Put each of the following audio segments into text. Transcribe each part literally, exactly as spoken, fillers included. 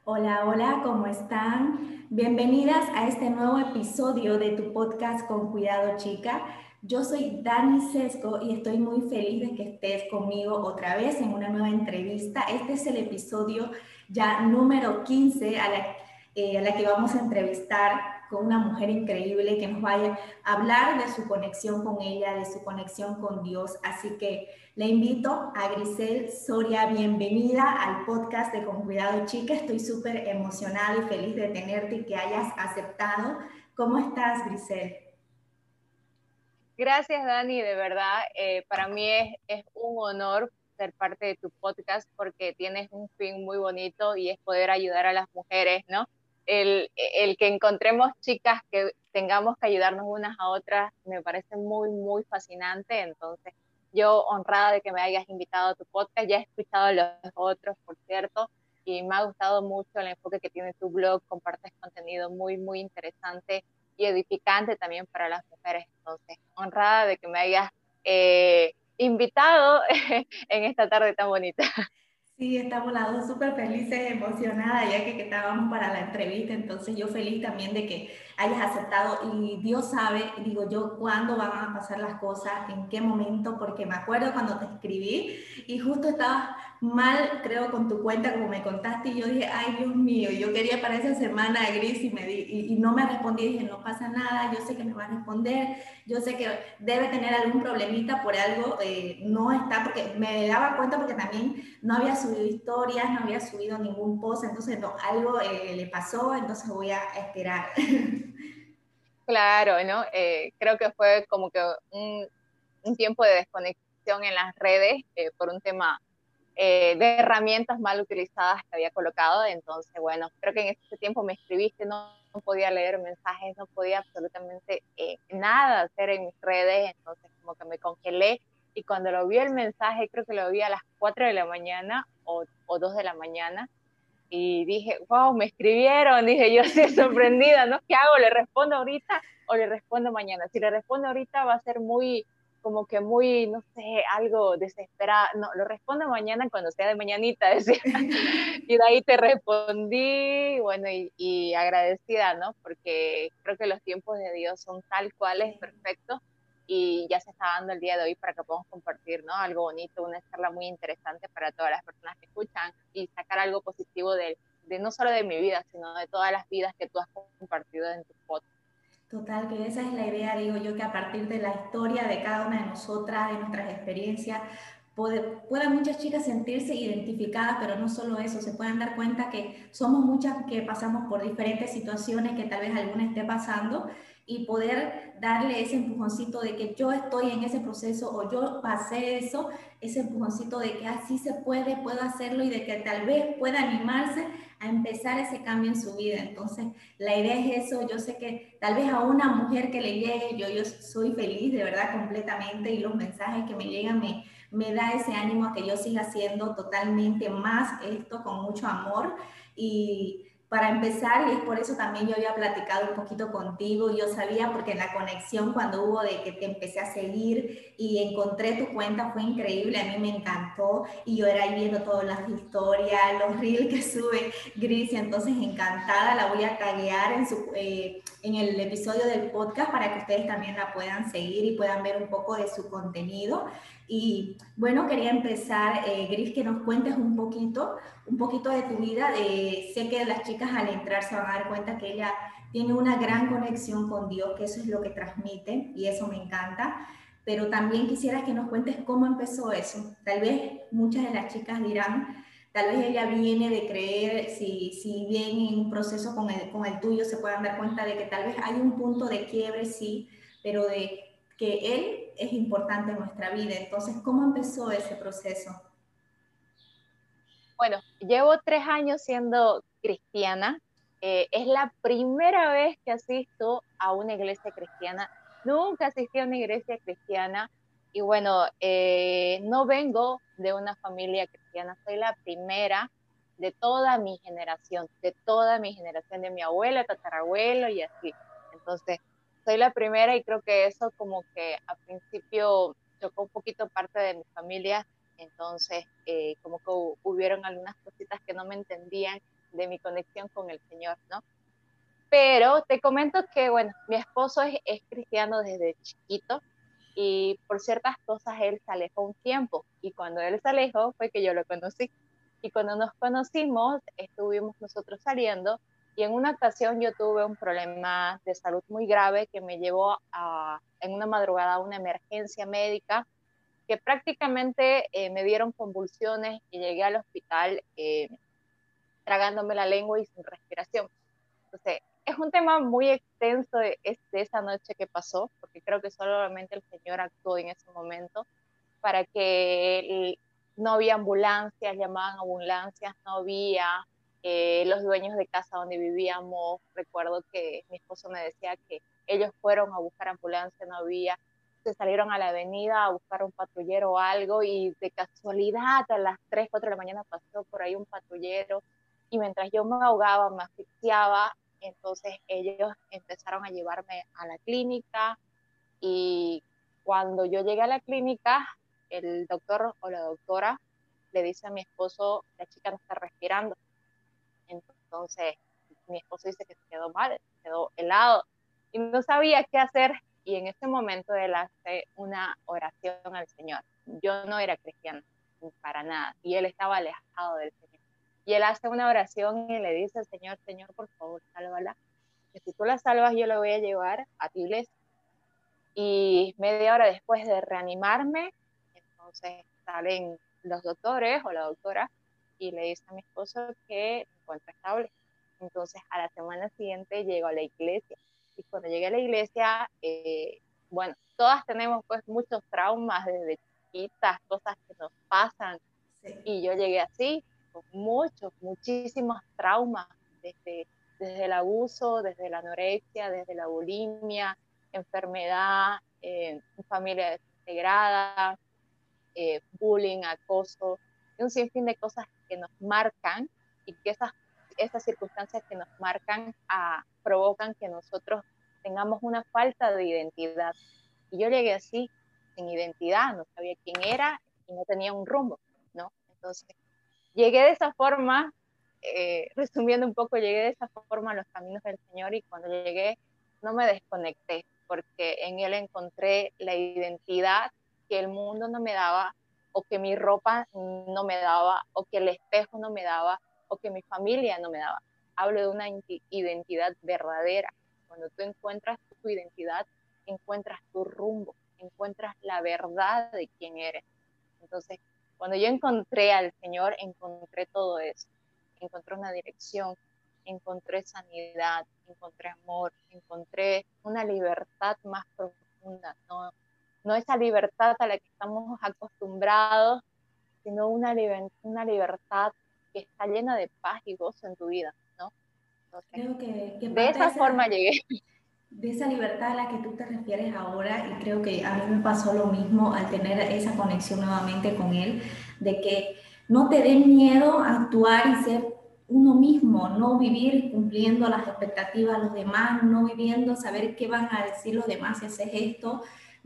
Hola, hola, ¿cómo están? Bienvenidas a este nuevo episodio de tu podcast Con Cuidado Chica. Yo soy Dani Sesco y estoy muy feliz de que estés conmigo otra vez en una nueva entrevista. Este es el episodio ya número quince a la, eh, a la que vamos a entrevistar con una mujer increíble que nos vaya a hablar de su conexión con ella, de su conexión con Dios. Así que le invito a Grisel Soria, bienvenida al podcast de Con Cuidado Chica. Estoy súper emocionada y feliz de tenerte y que hayas aceptado. ¿Cómo estás, Grisel? Gracias, Dani, de verdad, eh, para mí es, es un honor ser parte de tu podcast porque tienes un fin muy bonito y es poder ayudar a las mujeres, ¿no? El, el que encontremos chicas que tengamos que ayudarnos unas a otras me parece muy, muy fascinante. Entonces, yo honrada de que me hayas invitado a tu podcast, ya he escuchado los otros, por cierto, y me ha gustado mucho el enfoque que tiene tu blog, compartes contenido muy, muy interesante y edificante también para las mujeres. Entonces, honrada de que me hayas eh, invitado en esta tarde tan bonita. Sí, estamos las dos súper felices, emocionadas, ya que, que estábamos para la entrevista, entonces yo feliz también de que hayas aceptado y Dios sabe, digo yo, cuándo van a pasar las cosas, en qué momento, porque me acuerdo cuando te escribí y justo estabas mal, creo, con tu cuenta, como me contaste, y yo dije, ay, Dios mío, yo quería para esa semana a Gris y, me di, y, y no me respondí, dije, no pasa nada, yo sé que me va a responder, yo sé que debe tener algún problemita por algo, eh, no está, porque me daba cuenta porque también no había subido historias, no había subido ningún post, entonces no, algo eh, le pasó, entonces voy a esperar. Claro, ¿no? Eh, creo que fue como que un, un tiempo de desconexión en las redes eh, por un tema eh, de herramientas mal utilizadas que había colocado. Entonces, bueno, creo que en ese tiempo me escribiste, no, no podía leer mensajes, no podía absolutamente eh, nada hacer en mis redes, entonces como que me congelé y cuando lo vi el mensaje, creo que lo vi a las cuatro de la mañana o, o dos de la mañana y dije, wow, me escribieron, dije yo así sorprendida, ¿no? ¿Qué hago? ¿Le respondo ahorita o le respondo mañana? Si le respondo ahorita va a ser muy, como que muy, no sé, algo desesperada. No, lo respondo mañana cuando sea de mañanita, decía. Y de ahí te respondí, bueno, y, y agradecida, ¿no? Porque creo que los tiempos de Dios son tal cuales, Sí. perfectos, y ya se está dando el día de hoy para que podamos compartir, ¿no? Algo bonito, una charla muy interesante para todas las personas que escuchan y sacar algo positivo de, de no solo de mi vida, sino de todas las vidas que tú has compartido en tu podcast. Total, que esa es la idea, digo yo, que a partir de la historia de cada una de nosotras, de nuestras experiencias, puede, puedan muchas chicas sentirse identificadas, pero no solo eso, se puedan dar cuenta que somos muchas que pasamos por diferentes situaciones que tal vez alguna esté pasando y poder darle ese empujoncito de que yo estoy en ese proceso o yo pasé eso, ese empujoncito de que así se puede, puedo hacerlo y de que tal vez pueda animarse a empezar ese cambio en su vida. Entonces, la idea es eso. Yo sé que tal vez a una mujer que le llegue, yo, yo soy feliz de verdad completamente y los mensajes que me llegan me, me da ese ánimo a que yo siga haciendo totalmente más esto con mucho amor. Y para empezar, y es por eso también yo había platicado un poquito contigo, yo sabía porque en la conexión cuando hubo de que te empecé a seguir y encontré tu cuenta fue increíble, a mí me encantó y yo era ahí viendo todas las historias, los reels que sube Gris, entonces encantada, la voy a taguear en, su, eh, en el episodio del podcast para que ustedes también la puedan seguir y puedan ver un poco de su contenido. Y bueno, quería empezar, eh, Gris, que nos cuentes un poquito, un poquito de tu vida. De, sé que las chicas al entrar se van a dar cuenta que ella tiene una gran conexión con Dios, que eso es lo que transmite y eso me encanta. Pero también quisiera que nos cuentes cómo empezó eso. Tal vez muchas de las chicas dirán, tal vez ella viene de creer, si, si bien en un proceso con el, con el tuyo se puedan dar cuenta de que tal vez hay un punto de quiebre, sí, pero de que Él es importante en nuestra vida. Entonces, ¿cómo empezó ese proceso? Bueno, llevo tres años siendo cristiana. Eh, es la primera vez que asisto a una iglesia cristiana. Nunca asistí a una iglesia cristiana. Y bueno, eh, no vengo de una familia cristiana. Soy la primera de toda mi generación, de toda mi generación, de mi abuela, tatarabuelo y así. Entonces, soy la primera y creo que eso como que al principio chocó un poquito parte de mi familia. Entonces, eh, como que hubieron algunas cositas que no me entendían de mi conexión con el Señor, ¿no? Pero te comento que, bueno, mi esposo es, es cristiano desde chiquito y por ciertas cosas él se alejó un tiempo y cuando él se alejó fue que yo lo conocí. Y cuando nos conocimos, estuvimos nosotros saliendo y en una ocasión yo tuve un problema de salud muy grave que me llevó a, en una madrugada a una emergencia médica que prácticamente eh, me dieron convulsiones y llegué al hospital eh, tragándome la lengua y sin respiración. Entonces, es un tema muy extenso de, de esa noche que pasó, porque creo que solamente el Señor actuó en ese momento para que el, no había ambulancias, llamaban ambulancias, no había eh, los dueños de casa donde vivíamos. Recuerdo que mi esposo me decía que ellos fueron a buscar ambulancia, no había, se salieron a la avenida a buscar un patrullero o algo y de casualidad a las tres, cuatro de la mañana pasó por ahí un patrullero y mientras yo me ahogaba, me asfixiaba, entonces ellos empezaron a llevarme a la clínica y cuando yo llegué a la clínica, el doctor o la doctora le dice a mi esposo, la chica no está respirando. Entonces mi esposo dice que se quedó mal, se quedó helado y no sabía qué hacer. Y en ese momento él hace una oración al Señor. Yo no era cristiana, para nada, y él estaba alejado del Señor. Y él hace una oración y le dice al Señor, Señor, por favor, sálvala, que si tú la salvas yo la voy a llevar a tu iglesia. Y media hora después de reanimarme, entonces salen los doctores o la doctora y le dice a mi esposo que se encuentra estable. Entonces a la semana siguiente llego a la iglesia y cuando llegué a la iglesia, eh, bueno, todas tenemos pues muchos traumas desde chiquitas, cosas que nos pasan Sí. y yo llegué así, con muchos, muchísimos traumas desde, desde el abuso, desde la anorexia, desde la bulimia, enfermedad, eh, familia desintegrada, eh, bullying, acoso, y un sinfín de cosas que nos marcan y que esas, esas circunstancias que nos marcan ah, provocan que nosotros tengamos una falta de identidad. Y yo llegué así, sin identidad, no sabía quién era y no tenía un rumbo, ¿no? Entonces, llegué de esa forma, eh, resumiendo un poco, llegué de esa forma a los caminos del Señor y cuando llegué no me desconecté, porque en Él encontré la identidad que el mundo no me daba, o que mi ropa no me daba, o que el espejo no me daba, o que mi familia no me daba. Hablo de una identidad verdadera. Cuando tú encuentras tu identidad, encuentras tu rumbo, encuentras la verdad de quién eres. Entonces, cuando yo encontré al Señor, encontré todo eso. Encontré una dirección, encontré sanidad, encontré amor, encontré una libertad más profunda. No, no esa libertad a la que estamos acostumbrados, sino una, liber una libertad que está llena de paz y gozo en tu vida, ¿no? Entonces, Creo que, que de parte de esa forma esa, llegué. de esa libertad a la que tú te refieres ahora, y creo que a mí me pasó lo mismo al tener esa conexión nuevamente con él, de que no te dé miedo actuar y ser uno mismo, no vivir cumpliendo las expectativas de los demás, no viviendo saber qué van a decir los demás si haces esto,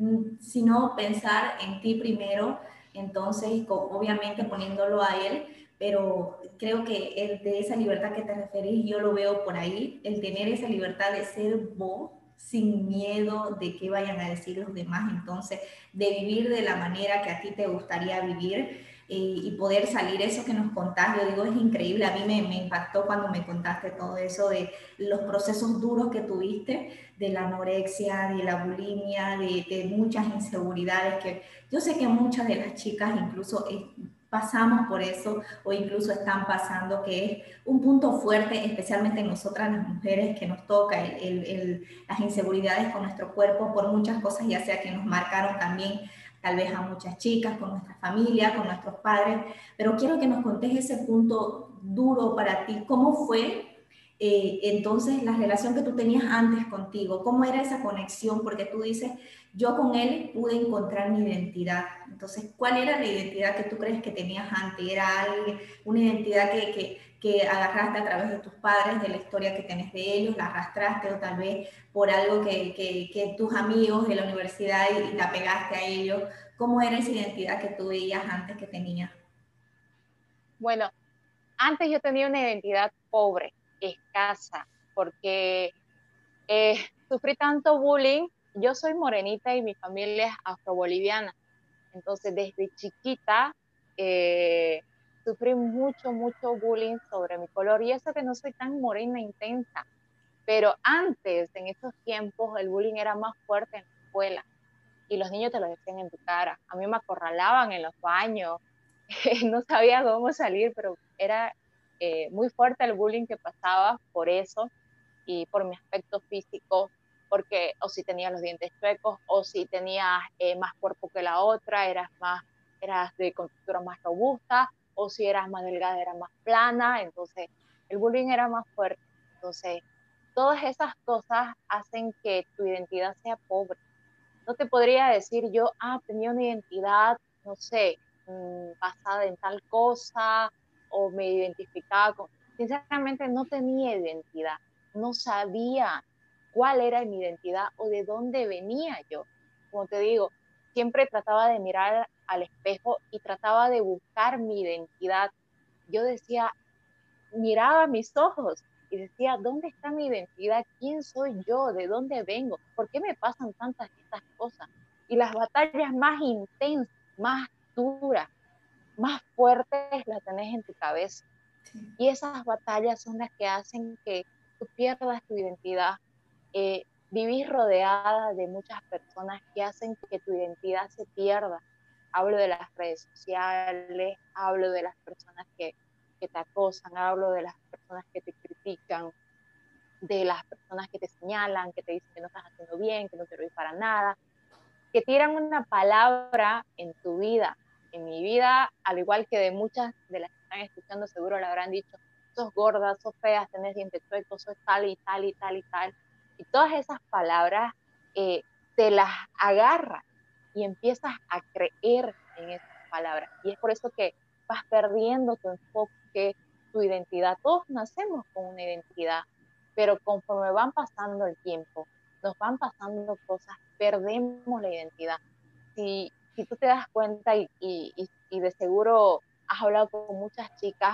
sino pensar en ti primero, entonces obviamente poniéndolo a él, pero creo que el de esa libertad que te referís, yo lo veo por ahí, el tener esa libertad de ser vos sin miedo de qué vayan a decir los demás, entonces de vivir de la manera que a ti te gustaría vivir eh, y poder salir eso que nos contás, yo digo, es increíble, a mí me, me impactó cuando me contaste todo eso de los procesos duros que tuviste, de la anorexia, de la bulimia, de, de muchas inseguridades que yo sé que muchas de las chicas incluso eh, pasamos por eso o incluso están pasando, que es un punto fuerte, especialmente en nosotras las mujeres, que nos toca el, el, el, las inseguridades con nuestro cuerpo por muchas cosas, ya sea que nos marcaron también tal vez a muchas chicas, con nuestra familia, con nuestros padres, pero quiero que nos contes ese punto duro para ti, ¿cómo fue? Eh, entonces, la relación que tú tenías antes contigo, ¿cómo era esa conexión? Porque tú dices, yo con él pude encontrar mi identidad. Entonces, ¿cuál era la identidad que tú crees que tenías antes? ¿Era alguien, una identidad que, que, que agarraste a través de tus padres, de la historia que tenés de ellos, la arrastraste o tal vez por algo que, que, que tus amigos de la universidad y, y te apegaste a ellos? ¿Cómo era esa identidad que tú veías antes que tenías? Bueno, antes yo tenía una identidad pobre, escasa, porque eh, sufrí tanto bullying. Yo soy morenita y mi familia es afroboliviana, entonces desde chiquita eh, sufrí mucho, mucho bullying sobre mi color, y eso que no soy tan morena intensa, pero antes, en esos tiempos, el bullying era más fuerte en la escuela y los niños te lo decían en tu cara. A mí me acorralaban en los baños, no sabía cómo salir, pero era eh, muy fuerte el bullying que pasaba por eso y por mi aspecto físico, porque o si tenías los dientes chuecos, o si tenías eh, más cuerpo que la otra, eras, más, eras de contextura más robusta, o si eras más delgada, era más plana, entonces el bullying era más fuerte. Entonces, todas esas cosas hacen que tu identidad sea pobre. No te podría decir yo, ah, tenía una identidad, no sé, mmm, basada en tal cosa, o me identificaba con... Sinceramente no tenía identidad, no sabía cuál era mi identidad o de dónde venía yo. Como te digo, siempre trataba de mirar al espejo y trataba de buscar mi identidad. Yo decía, miraba mis ojos y decía, ¿dónde está mi identidad? ¿Quién soy yo? ¿De dónde vengo? ¿Por qué me pasan tantas estas cosas? Y las batallas más intensas, más duras, más fuertes las tenés en tu cabeza. Sí. Y esas batallas son las que hacen que tú pierdas tu identidad. Eh, vivís rodeada de muchas personas que hacen que tu identidad se pierda. Hablo de las redes sociales, hablo de las personas que, que te acosan, hablo de las personas que te critican, de las personas que te señalan, que te dicen que no estás haciendo bien, que no te sirves para nada, que tiran una palabra en tu vida, en mi vida, al igual que de muchas de las que están escuchando, seguro le habrán dicho, sos gorda, sos fea, tenés dientes chuecos, sos tal y tal y tal y tal. Y todas esas palabras eh, te las agarras y empiezas a creer en esas palabras. Y es por eso que vas perdiendo tu enfoque, tu identidad. Todos nacemos con una identidad, pero conforme van pasando el tiempo, nos van pasando cosas, perdemos la identidad. Si, si tú te das cuenta y, y, y de seguro has hablado con muchas chicas,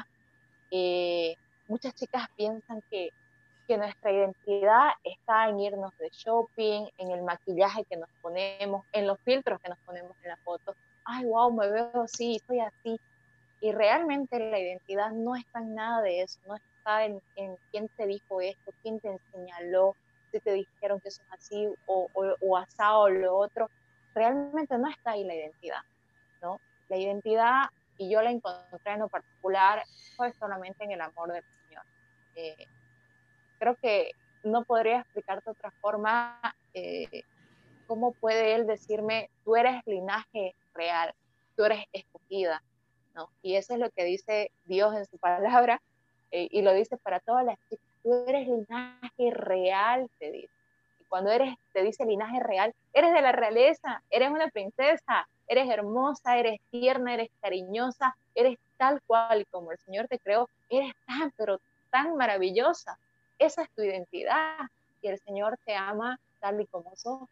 eh, muchas chicas piensan que, que nuestra identidad está en irnos de shopping, en el maquillaje que nos ponemos, en los filtros que nos ponemos en la foto. Ay, wow, me veo así, soy así. Y realmente la identidad no está en nada de eso, no está en, en quién te dijo esto, quién te señaló, si te dijeron que eso es así o, o, o asá o lo otro. Realmente no está ahí la identidad, ¿no? La identidad, y yo la encontré en lo particular, fue solamente en el amor del Señor. Eh, creo que no podría explicarte de otra forma eh, cómo puede Él decirme, tú eres linaje real, tú eres escogida, ¿no? Y eso es lo que dice Dios en su palabra, eh, y lo dice para todas las chicas, tú eres linaje real, te dice. Y cuando eres, te dice linaje real, eres de la realeza, eres una princesa, eres hermosa, eres tierna, eres cariñosa, eres tal cual como el Señor te creó, eres tan, pero tan maravillosa. Esa es tu identidad, y el Señor te ama tal y como sos.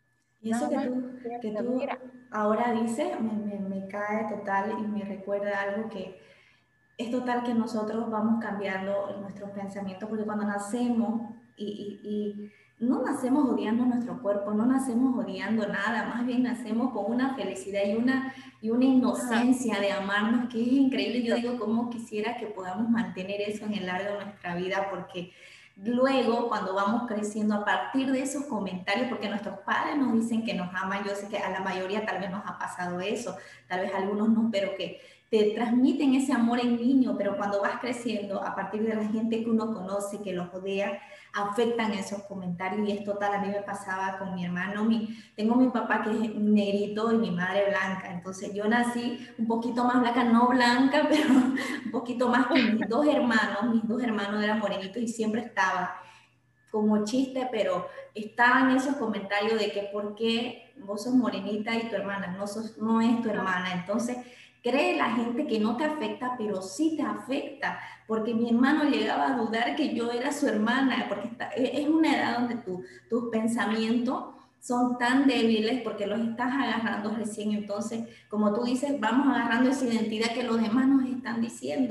Y eso Nada que más, tú, Señor que te tú mira. ahora dices me, me, me cae total y me recuerda algo que es total, que nosotros vamos cambiando nuestros pensamientos, porque cuando nacemos y, y, y no nacemos odiando nuestro cuerpo, no nacemos odiando nada, más bien nacemos con una felicidad y una, y una Ajá, inocencia de amarnos que es increíble. Yo eso, digo, cómo quisiera que podamos mantener eso en el largo de nuestra vida, porque luego cuando vamos creciendo a partir de esos comentarios, porque nuestros padres nos dicen que nos aman, yo sé que a la mayoría tal vez nos ha pasado eso, tal vez a algunos no, pero que te transmiten ese amor en niño, pero cuando vas creciendo, a partir de la gente que uno conoce, que los rodea, afectan esos comentarios. Y es total, a mí me pasaba con mi hermano, mi, tengo mi papá que es negrito y mi madre blanca, entonces yo nací un poquito más blanca, no blanca, pero un poquito más que mis dos hermanos, mis dos hermanos eran morenitos y siempre estaba como chiste, pero estaban esos comentarios de que por qué vos sos morenita y tu hermana no, sos, no es tu hermana. Entonces, cree la gente que no te afecta, pero sí te afecta, porque mi hermano llegaba a dudar que yo era su hermana, porque está, es una edad donde tu, tus pensamientos son tan débiles porque los estás agarrando recién. Entonces, como tú dices, vamos agarrando esa identidad que los demás nos están diciendo.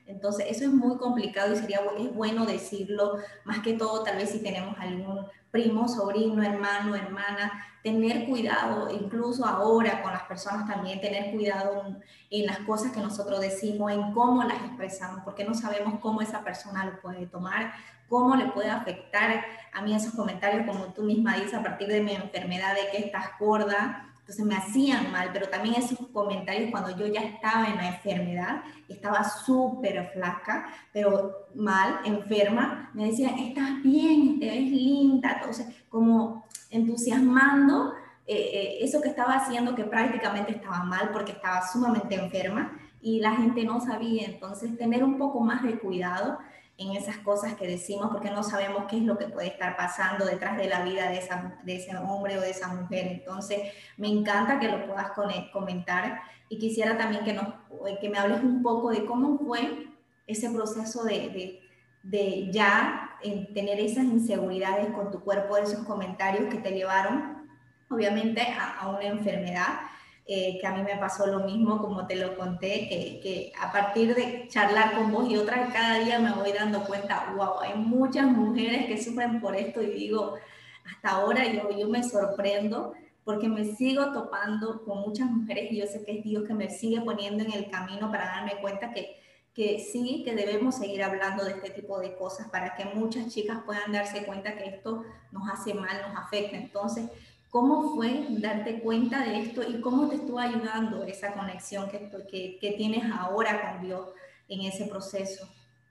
Entonces, eso es muy complicado y sería es bueno decirlo, más que todo, tal vez si tenemos algún primo, sobrino, hermano, hermana, tener cuidado, incluso ahora con las personas también, tener cuidado en, en las cosas que nosotros decimos, en cómo las expresamos, porque no sabemos cómo esa persona lo puede tomar, cómo le puede afectar a mí esos comentarios, como tú misma dices, a partir de mi enfermedad, de que estás gorda. Entonces me hacían mal, pero también esos comentarios cuando yo ya estaba en la enfermedad, estaba súper flaca, pero mal, enferma, me decían, estás bien, te ves linda, entonces como entusiasmando eh, eh, eso que estaba haciendo, que prácticamente estaba mal porque estaba sumamente enferma y la gente no sabía, entonces tener un poco más de cuidado en esas cosas que decimos porque no sabemos qué es lo que puede estar pasando detrás de la vida de, esa, de ese hombre o de esa mujer. Entonces, me encanta que lo puedas comentar y quisiera también que, nos, que me hables un poco de cómo fue ese proceso de, de, de ya en tener esas inseguridades con tu cuerpo, esos comentarios que te llevaron, obviamente, a, a una enfermedad. Eh, que a mí me pasó lo mismo, como te lo conté, que, que a partir de charlar con vos y otras, cada día me voy dando cuenta, wow, hay muchas mujeres que sufren por esto y digo, hasta ahora yo, yo me sorprendo porque me sigo topando con muchas mujeres y yo sé que es Dios que me sigue poniendo en el camino para darme cuenta que, que sí, que debemos seguir hablando de este tipo de cosas para que muchas chicas puedan darse cuenta que esto nos hace mal, nos afecta. Entonces, ¿cómo fue darte cuenta de esto y cómo te estuvo ayudando esa conexión que, que, que tienes ahora con Dios en ese proceso?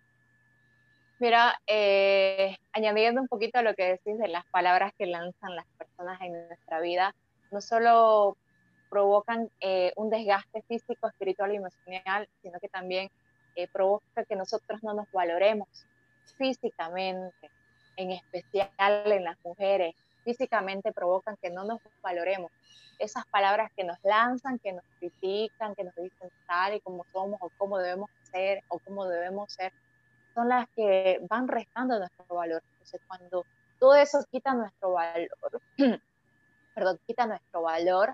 Mira, eh, añadiendo un poquito a lo que decís de las palabras que lanzan las personas en nuestra vida, no solo provocan eh, un desgaste físico, espiritual y emocional, sino que también eh, provoca que nosotros no nos valoremos físicamente, en especial en las mujeres. Físicamente provocan que no nos valoremos. Esas palabras que nos lanzan, que nos critican, que nos dicen tal y como somos o cómo debemos ser o cómo debemos ser, son las que van restando nuestro valor. Entonces, cuando todo eso quita nuestro valor, perdón, quita nuestro valor,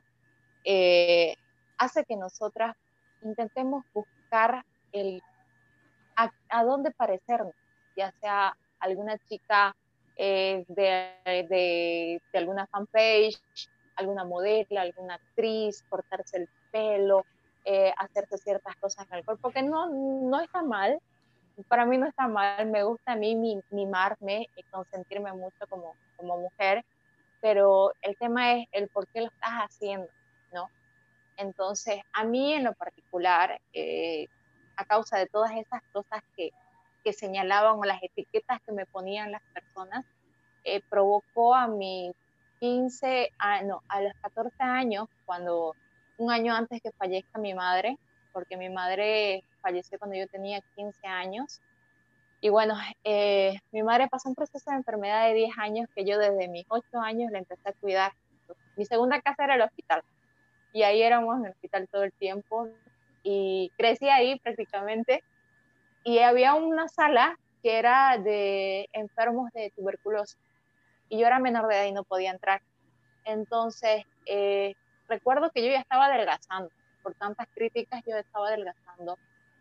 eh, hace que nosotras intentemos buscar el a, a dónde parecernos, ya sea alguna chica eh, de, de, de alguna fanpage, alguna modelo, alguna actriz, cortarse el pelo, eh, hacerse ciertas cosas en el cuerpo, que no, no está mal, para mí no está mal, me gusta a mí mimarme y consentirme mucho como, como mujer, pero el tema es el por qué lo estás haciendo, ¿no? Entonces, a mí en lo particular, eh, a causa de todas esas cosas que, que señalaban o las etiquetas que me ponían las personas, eh, provocó a mis quince, a, no, a los catorce años, cuando un año antes que fallezca mi madre, porque mi madre falleció cuando yo tenía quince años, y bueno, eh, mi madre pasó un proceso de enfermedad de diez años que yo desde mis ocho años la empecé a cuidar. Mi segunda casa era el hospital y ahí éramos en el hospital todo el tiempo y crecí ahí prácticamente y había una sala que era de enfermos de tuberculosis y yo era menor de edad y no podía entrar. Entonces, eh, recuerdo que yo ya estaba adelgazando, por tantas críticas yo estaba adelgazando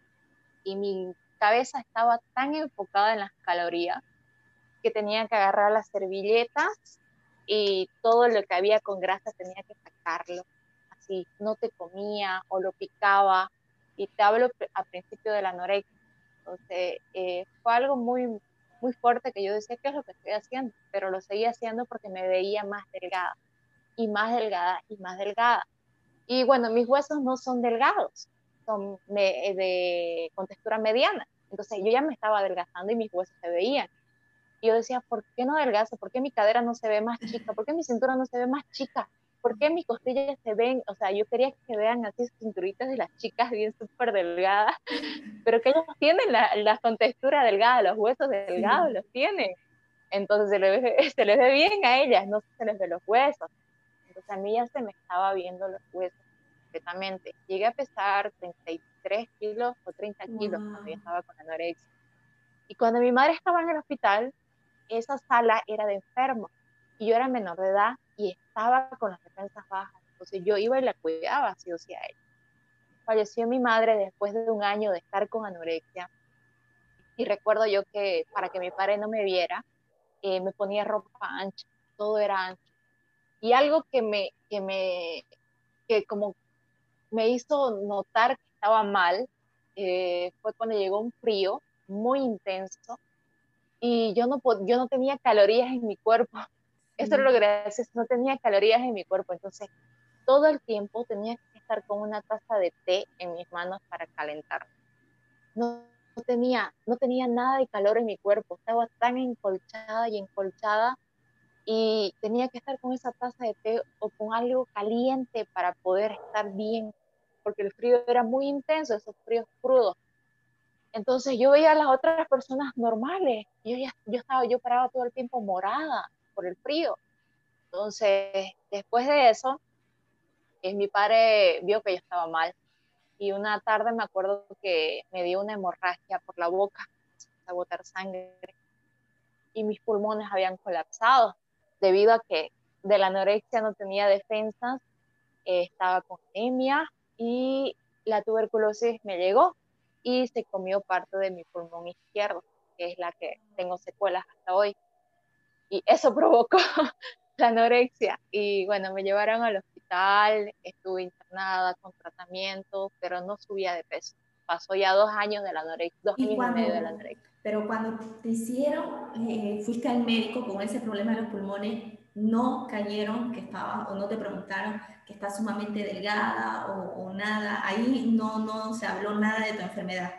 y mi cabeza estaba tan enfocada en las calorías que tenía que agarrar las servilletas y todo lo que había con grasa tenía que sacarlo. Así, no te comía o lo picaba. Y te hablo a principio de la anorexia. Entonces, eh, fue algo muy, muy fuerte que yo decía, ¿qué es lo que estoy haciendo? Pero lo seguía haciendo porque me veía más delgada y más delgada y más delgada. Y bueno, mis huesos no son delgados, son de, de, con textura mediana. Entonces yo ya me estaba adelgazando y mis huesos se veían. Y yo decía, ¿por qué no adelgazo? ¿Por qué mi cadera no se ve más chica? ¿Por qué mi cintura no se ve más chica? ¿Por qué mis costillas se ven? O sea, yo quería que vean así cinturitas de las chicas bien súper delgadas, pero que ellas tienen la, la contextura delgada, los huesos delgados Sí. los tienen. Entonces se les, ve, se les ve bien a ellas, no se les ve los huesos. Entonces a mí ya se me estaba viendo los huesos completamente. Llegué a pesar treinta y tres kilos o treinta kilos cuando Wow. yo estaba con anorexia. Y cuando mi madre estaba en el hospital, esa sala era de enfermos y yo era menor de edad y estaba con las defensas bajas. Entonces yo iba y la cuidaba, así o sí a ella. Falleció mi madre después de un año de estar con anorexia Y recuerdo yo que para que mi padre no me viera, eh, me ponía ropa ancha, todo era ancho. Y algo que me, que me, que como me hizo notar que estaba mal, eh, fue cuando llegó un frío muy intenso y yo no, yo no tenía calorías en mi cuerpo. Eso era lo Sí. gracioso, no tenía calorías en mi cuerpo. Entonces, todo el tiempo tenía que estar con una taza de té en mis manos para calentar. No, no tenía, no tenía nada de calor en mi cuerpo. Estaba tan encolchada y encolchada y tenía que estar con esa taza de té o con algo caliente para poder estar bien, porque el frío era muy intenso, esos fríos crudos. Entonces yo veía a las otras personas normales, yo ya, yo estaba, yo paraba todo el tiempo morada por el frío. Entonces, después de eso, eh, mi padre vio que yo estaba mal y una tarde me acuerdo que me dio una hemorragia por la boca, a botar sangre y mis pulmones habían colapsado debido a que de la anorexia no tenía defensas, eh, estaba con anemia y la tuberculosis me llegó y se comió parte de mi pulmón izquierdo, que es la que tengo secuelas hasta hoy. Y eso provocó la anorexia. Y bueno, me llevaron al hospital, estuve internada con tratamiento, pero no subía de peso. Pasó ya dos años de la anorexia, dos Y años y medio de la cuando, anorexia. pero cuando te hicieron, eh, fuiste al médico con ese problema de los pulmones, no cayeron que estabas, o no te preguntaron que estás sumamente delgada o, o nada, ahí no, no se habló nada de tu enfermedad.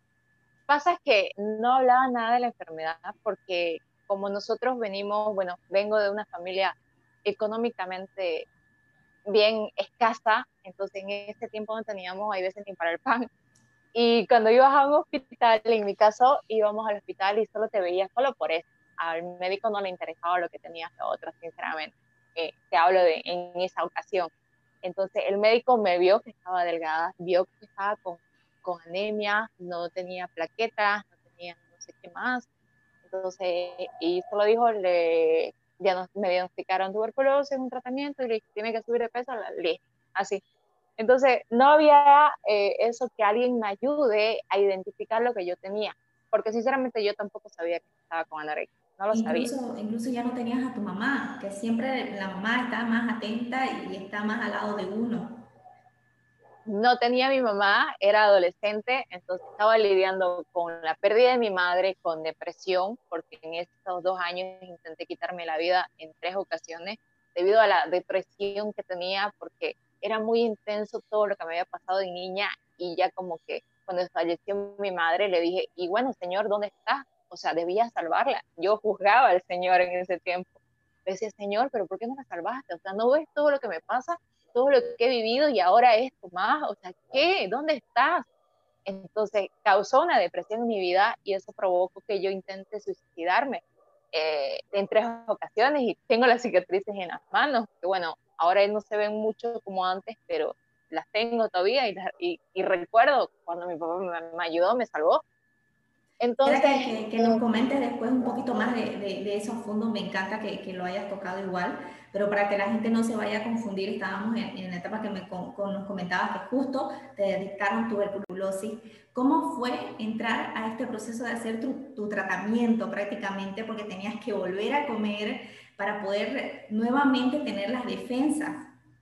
Pasa que no hablaba nada de la enfermedad porque como nosotros venimos, bueno, vengo de una familia económicamente bien escasa, entonces en ese tiempo no teníamos, hay veces, ni para el pan. Y cuando ibas a un hospital, en mi caso, íbamos al hospital y solo te veías solo por eso. Al médico no le interesaba lo que tenías de otra, sinceramente. Eh, te hablo de en esa ocasión. Entonces el médico me vio que estaba delgada, vio que estaba con, con anemia, no tenía plaquetas, no tenía no sé qué más. Entonces, y solo dijo, le, ya me diagnosticaron tuberculosis, un tratamiento, y le dije, tiene que subir de peso, listo, así. Entonces, no había eh, eso que alguien me ayude a identificar lo que yo tenía, porque sinceramente yo tampoco sabía que estaba con anorexia, no lo sabía. Incluso, incluso ya no tenías a tu mamá, que siempre la mamá está más atenta y está más al lado de uno. No tenía a mi mamá, era adolescente, entonces estaba lidiando con la pérdida de mi madre, con depresión, porque en estos dos años intenté quitarme la vida en tres ocasiones debido a la depresión que tenía, porque era muy intenso todo lo que me había pasado de niña y ya como que cuando falleció mi madre le dije, y bueno, señor, ¿dónde está? O sea, debía salvarla. Yo juzgaba al señor en ese tiempo. Le decía, señor, pero ¿por qué no la salvaste? O sea, ¿no ves todo lo que me pasa? Todo lo que he vivido y ahora esto más, o sea, ¿qué? ¿Dónde estás? Entonces causó una depresión en mi vida y eso provocó que yo intente suicidarme eh, en tres ocasiones y tengo las cicatrices en las manos, que bueno, ahora no se ven mucho como antes, pero las tengo todavía y, y, y recuerdo cuando mi papá me, me, ayudó, me salvó. Quisiera Entonces, que, que, que, nos comentes después un poquito más de, de, de esos fondos, me encanta que, que, lo hayas tocado igual, pero para que la gente no se vaya a confundir, estábamos en, en la etapa que me, con, con, nos comentabas que justo te detectaron tuberculosis. ¿Cómo fue entrar a este proceso de hacer tu, tu tratamiento prácticamente? Porque tenías que volver a comer para poder nuevamente tener las defensas.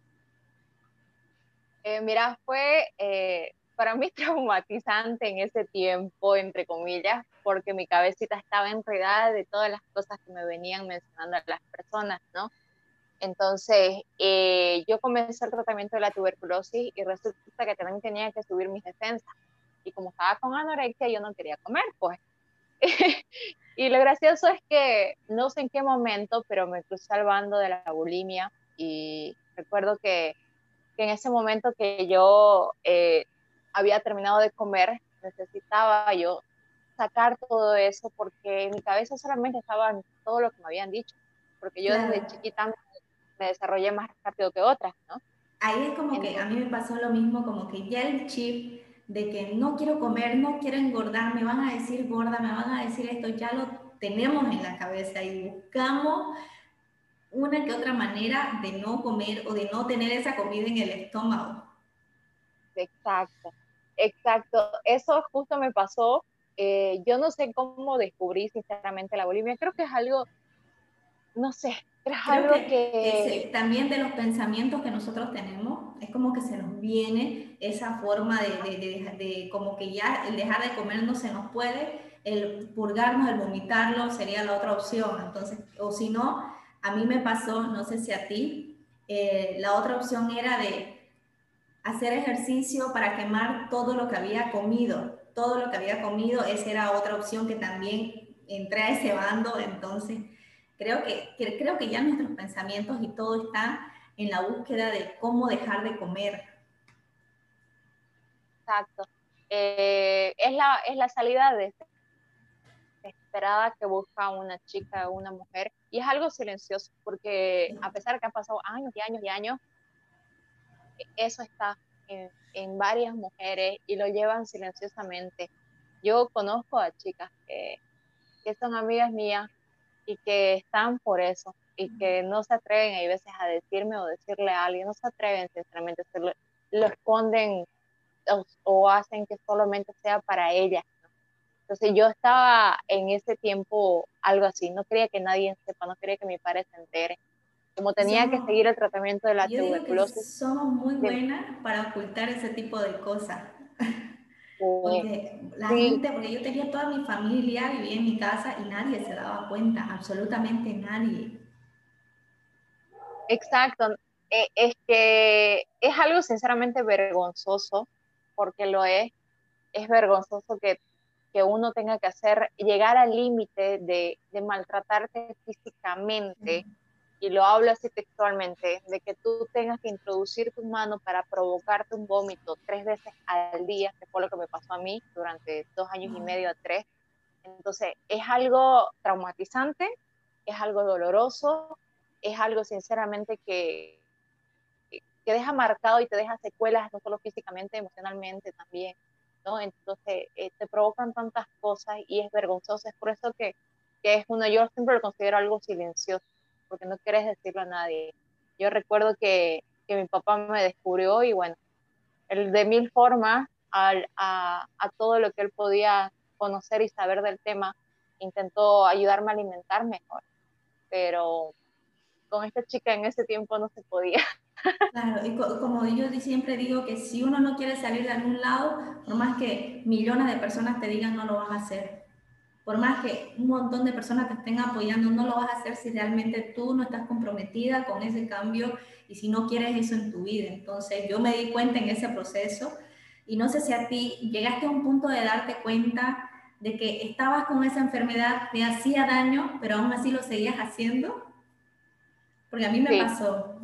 Eh, mira, fue eh, para mí traumatizante en ese tiempo, entre comillas, porque mi cabecita estaba enredada de todas las cosas que me venían mencionando las personas, ¿no? Entonces, eh, yo comencé el tratamiento de la tuberculosis y resulta que también tenía que subir mis defensas. Y como estaba con anorexia, yo no quería comer, pues. Y lo gracioso es que no sé en qué momento, pero me crucé al bando de la bulimia y recuerdo que que en ese momento que yo eh, había terminado de comer, necesitaba yo sacar todo eso porque en mi cabeza solamente estaba en todo lo que me habían dicho, porque yo Claro, desde chiquita me, me desarrollé más rápido que otras, ¿no? ahí es como que a Entonces, mí me pasó lo mismo, como que ya el chip de que no quiero comer, no quiero engordar, me van a decir gorda, me van a decir esto, ya lo tenemos en la cabeza y buscamos una que otra manera de no comer o de no tener esa comida en el estómago. exacto, exacto, eso justo me pasó Eh, yo no sé cómo descubrí sinceramente la bulimia, creo que es algo, no sé, es Creo algo que, que que, se- también de los pensamientos que nosotros tenemos, es como que se nos viene esa forma de, de, de, de como que ya el dejar de comer no se nos puede, el purgarnos, el vomitarlo sería la otra opción. Entonces, o si no, a mí me pasó, no sé si a ti, eh, la otra opción era de hacer ejercicio para quemar todo lo que había comido, todo lo que había comido, esa era otra opción que también entré a ese bando. Entonces creo que, que, creo que ya nuestros pensamientos y todo está en la búsqueda de cómo dejar de comer. exacto, eh, es la, es la salida desesperada que busca una chica o una mujer, y es algo silencioso, porque a pesar de que han pasado años y años y años, eso está en, en varias mujeres y lo llevan silenciosamente. Yo conozco a chicas que, que son amigas mías y que están por eso y que no se atreven, hay veces, a decirme o decirle a alguien, no se atreven sinceramente, se lo, lo esconden o, o hacen que solamente sea para ellas. Entonces yo estaba en ese tiempo algo así, no quería que nadie sepa, no quería que mi padre se entere. Como Y tenía que seguir somos, el tratamiento de la yo digo que tuberculosis, somos muy de, buenas para ocultar ese tipo de cosas. de- Porque la sí, gente, porque yo tenía toda mi familia, vivía en mi casa y nadie se daba cuenta, absolutamente nadie. exacto. Eh, es que es algo sinceramente vergonzoso, porque lo es, es vergonzoso que, que uno tenga que hacer, llegar al límite de, de maltratarte físicamente, y lo hablo así textualmente, de que tú tengas que introducir tu mano para provocarte un vómito tres veces al día, que fue lo que me pasó a mí durante dos años y medio a tres. Entonces, es algo traumatizante, es algo doloroso, es algo sinceramente que, que deja marcado y te deja secuelas, no solo físicamente, emocionalmente también, ¿no? Entonces, eh, te provocan tantas cosas y es vergonzoso, es por eso que, que es uno, yo siempre lo considero algo silencioso, porque no quieres decirlo a nadie. Yo recuerdo que, que mi papá me descubrió y bueno, él de mil formas al, a, a todo lo que él podía conocer y saber del tema, intentó ayudarme a alimentar mejor, pero con esta chica en ese tiempo no se podía. Claro, y co- como yo di- siempre digo que si uno no quiere salir de algún lado, por más que millones de personas te digan no lo vas a hacer, por más que un montón de personas te estén apoyando, no lo vas a hacer si realmente tú no estás comprometida con ese cambio y si no quieres eso en tu vida. Entonces yo me di cuenta en ese proceso y no sé si a ti llegaste a un punto de darte cuenta de que estabas con esa enfermedad, te hacía daño, pero aún así lo seguías haciendo, porque a mí me Sí, pasó.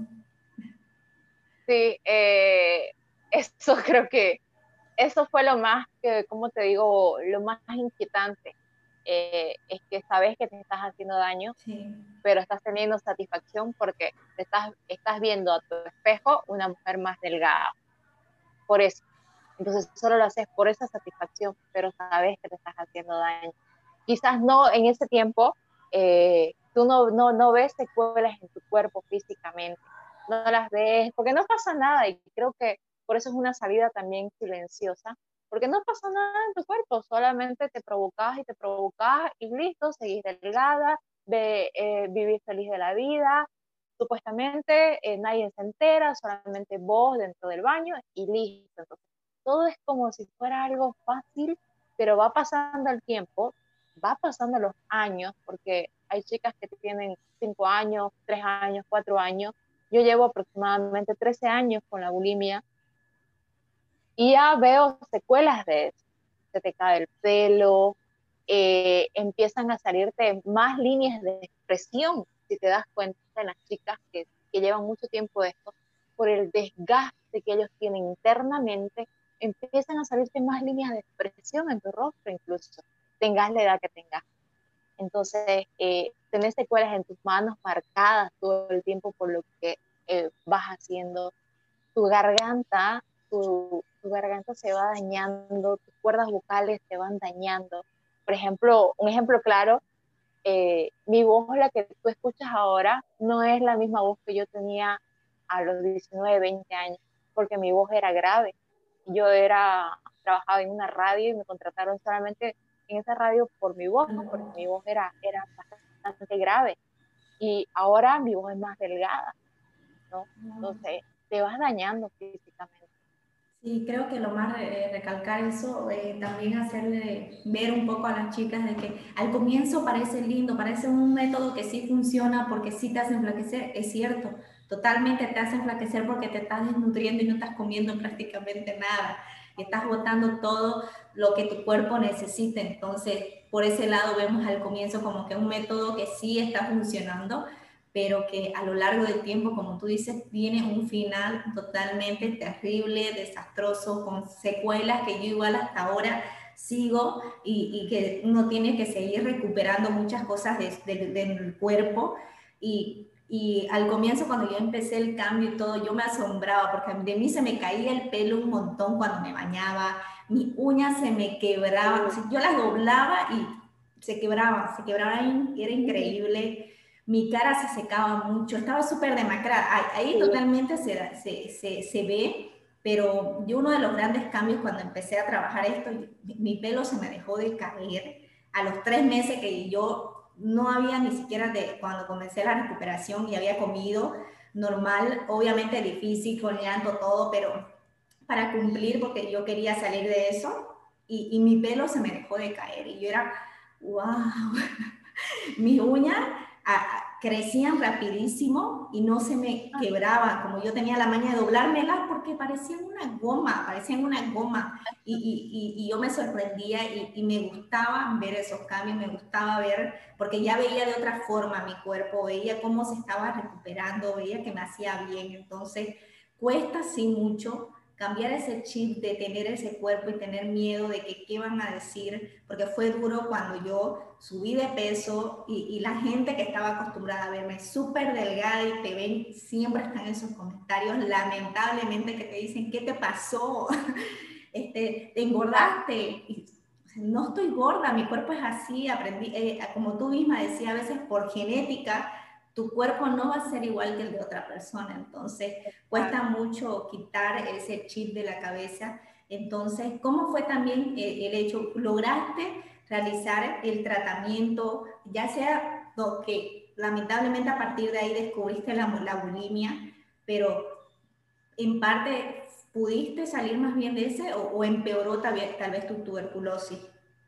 sí, eh, eso creo que eso fue lo más, que, como te digo, lo más inquietante. Eh, es que sabes que te estás haciendo daño, Sí. pero estás teniendo satisfacción porque te estás, estás viendo a tu espejo una mujer más delgada. Por eso. Entonces solo lo haces por esa satisfacción, pero sabes que te estás haciendo daño. Quizás no en ese tiempo, eh, tú no, no, no ves secuelas en tu cuerpo físicamente, no las ves, porque no pasa nada, y creo que por eso es una salida también silenciosa, porque no pasa nada en tu cuerpo, solamente te provocas y te provocas y listo, seguís delgada, de, eh, vivir feliz de la vida, supuestamente eh, nadie se entera, solamente vos dentro del baño y listo. Entonces, todo es como si fuera algo fácil, pero va pasando el tiempo, va pasando los años, porque hay chicas que tienen cinco años, tres años, cuatro años. Yo llevo aproximadamente trece años con la bulimia y ya veo secuelas de eso. Se te cae el pelo, eh, empiezan a salirte más líneas de expresión, si te das cuenta en las chicas que, que llevan mucho tiempo de esto, por el desgaste que ellos tienen internamente, empiezan a salirte más líneas de expresión en tu rostro, incluso tengas la edad que tengas. Entonces, eh, tenés secuelas en tus manos marcadas todo el tiempo por lo que eh, vas haciendo. Tu garganta, tu, tu garganta se va dañando, tus cuerdas vocales se van dañando. Por ejemplo, un ejemplo claro, eh, mi voz, la que tú escuchas ahora, no es la misma voz que yo tenía a los diecinueve veinte años, porque mi voz era grave. Yo era, trabajaba en una radio y me contrataron solamente en esa radio por mi voz, porque mi voz era, era bastante grave. Y ahora mi voz es más delgada, ¿no? Entonces, te vas dañando físicamente. Sí, creo que lo más eh, recalcar eso, eh, también hacerle ver un poco a las chicas de que al comienzo parece lindo, parece un método que sí funciona porque sí te hace enflaquecer, es cierto, totalmente te hace enflaquecer porque te estás desnutriendo y no estás comiendo prácticamente nada y estás botando todo lo que tu cuerpo necesita. Entonces, por ese lado vemos al comienzo como que un método que sí está funcionando, pero que a lo largo del tiempo, como tú dices, tiene un final totalmente terrible, desastroso, con secuelas que yo igual hasta ahora sigo y, y que uno tiene que seguir recuperando muchas cosas de, de, del cuerpo. Y, y al comienzo, cuando yo empecé el cambio y todo, yo me asombraba porque de mí se me caía el pelo un montón cuando me bañaba, mis uñas se me quebraban, o sea, yo las doblaba y se quebraban, se quebraban, era increíble. Mi cara se secaba mucho, estaba súper demacrada. Ahí, ahí totalmente se, se, se, se ve, pero yo uno de los grandes cambios cuando empecé a trabajar esto, mi pelo se me dejó de caer a los tres meses que yo no había ni siquiera, de, cuando comencé la recuperación y había comido normal, obviamente difícil, con llanto, todo, pero para cumplir porque yo quería salir de eso y, y mi pelo se me dejó de caer y yo era, wow, mis uñas a, a, crecían rapidísimo y no se me quebraban, como yo tenía la maña de doblármelas porque parecían una goma, parecían una goma. Y, y, y yo me sorprendía y, y me gustaba ver esos cambios, me gustaba ver, porque ya veía de otra forma mi cuerpo, veía cómo se estaba recuperando, veía que me hacía bien. Entonces, cuesta sí mucho cambiar ese chip de tener ese cuerpo y tener miedo de que qué van a decir, porque fue duro cuando yo subí de peso y, y la gente que estaba acostumbrada a verme súper delgada y te ven, siempre están esos comentarios, lamentablemente, que te dicen, ¿qué te pasó? Este, ¿te engordaste? Y, no estoy gorda, mi cuerpo es así, aprendí, eh, como tú misma decías, a veces por genética, tu cuerpo no va a ser igual que el de otra persona, entonces cuesta mucho quitar ese chip de la cabeza. Entonces, ¿cómo fue también el, el hecho? ¿Lograste realizar el tratamiento, ya sea lo que lamentablemente a partir de ahí descubriste la, la bulimia, pero en parte pudiste salir más bien de ese o, o empeoró tal vez, tal vez tu tuberculosis?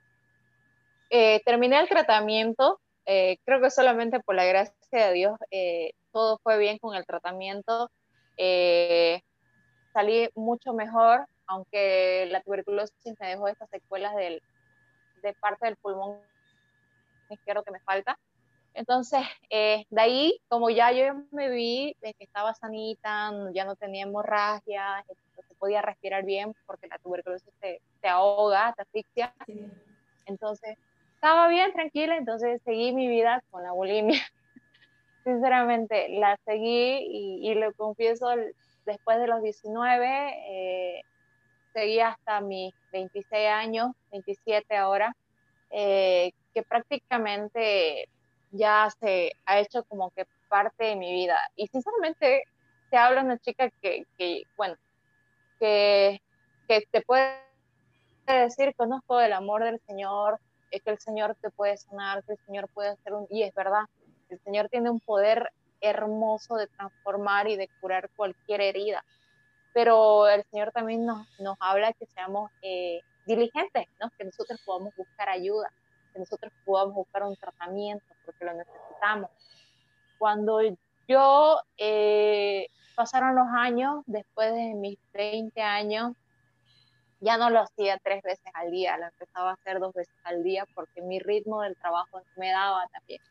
Eh, terminé el tratamiento, eh, creo que solamente por la gracia de Dios eh, todo fue bien con el tratamiento. Eh, Salí mucho mejor, aunque la tuberculosis me dejó estas secuelas del, de parte del pulmón izquierdo que me falta. Entonces, eh, de ahí, como ya yo me vi de que estaba sanita, ya no tenía hemorragia, se podía respirar bien porque la tuberculosis te, te ahoga, te asfixia. Sí. Entonces, estaba bien, tranquila, entonces seguí mi vida con la bulimia. Sinceramente, la seguí y, y lo confieso, después de los diecinueve, eh, seguí hasta mis veintiséis años, veintisiete ahora, eh, que prácticamente ya se ha hecho como que parte de mi vida. Y sinceramente, te hablo de una chica que, que bueno, que, que te puede decir, conozco el amor del Señor, es que el Señor te puede sanar, que el Señor puede hacer un... Y es verdad, el Señor tiene un poder hermoso de transformar y de curar cualquier herida, pero el Señor también nos, nos habla que seamos eh, diligentes, ¿no? Que nosotros podamos buscar ayuda, que nosotros podamos buscar un tratamiento porque lo necesitamos. Cuando yo eh, pasaron los años, después de mis veinte años, ya no lo hacía tres veces al día, lo empezaba a hacer dos veces al día porque mi ritmo del trabajo me daba también.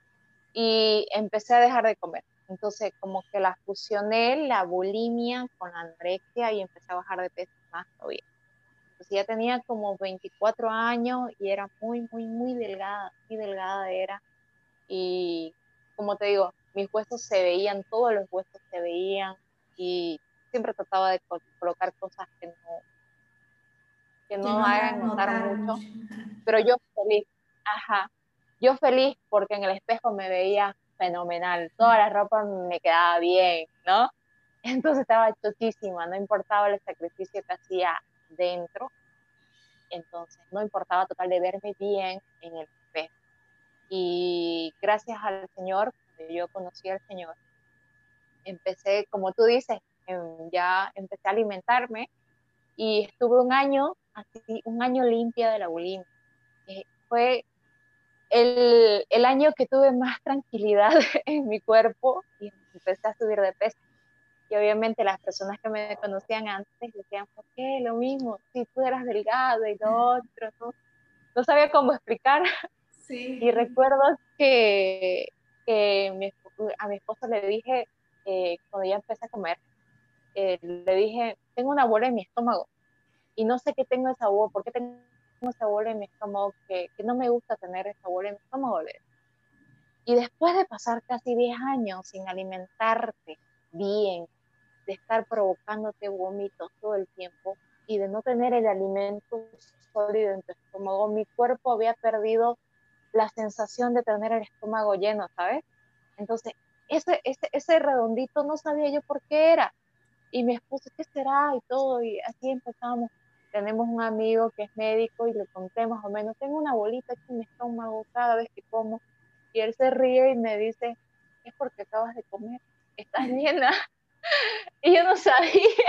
Y empecé a dejar de comer. Entonces, como que la fusioné, la bulimia con la anorexia y empecé a bajar de peso más todavía. Entonces ya tenía como veinticuatro años y era muy, muy, muy delgada, muy delgada era. Y como te digo, mis huesos se veían, todos los huesos se veían y siempre trataba de colocar cosas que no, que Que no no hagan hagan notar notar mucho, mucho. pero yo feliz, ajá, yo feliz porque en el espejo me veía fenomenal, toda la ropa me quedaba bien, ¿no? Entonces estaba chochísima, no importaba el sacrificio que hacía dentro, entonces no importaba total de verme bien en el espejo. Y gracias al Señor, cuando yo conocí al Señor, empecé, como tú dices, em, ya empecé a alimentarme y estuve un año, así, un año limpia de la bulimia. Eh, fue el, el año que tuve más tranquilidad en mi cuerpo y empecé a subir de peso. Y obviamente las personas que me conocían antes decían, ¿por qué? Lo mismo, si tú eras delgado y lo otro, ¿no? No sabía cómo explicar. Y Sí. recuerdo que, que mi, a mi esposo le dije, eh, cuando ya empecé a comer, eh, le dije, tengo una bola en mi estómago y no sé qué tengo esa bola, por qué tengo esa bola en mi estómago, que, que no me gusta tener esa bola en mi estómago. Y después de pasar casi diez años sin alimentarte bien, de estar provocándote vómitos todo el tiempo y de no tener el alimento sólido en tu estómago, mi cuerpo había perdido la sensación de tener el estómago lleno, ¿sabes? Entonces, ese, ese, ese redondito no sabía yo por qué era. Y mi esposo, ¿qué será? Y todo, y así empezamos. Tenemos un amigo que es médico y le conté más o menos, tengo una bolita aquí en mi estómago cada vez que como. Y él se ríe y me dice, es porque acabas de comer, estás llena. Y yo no sabía,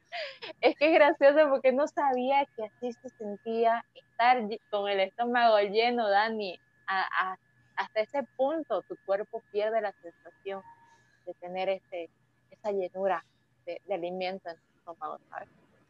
es que es gracioso porque no sabía que así se sentía estar con el estómago lleno, Dani. A, a, hasta ese punto tu cuerpo pierde la sensación de tener ese, esa llenura de, de alimento en tu estómago, ¿sabes?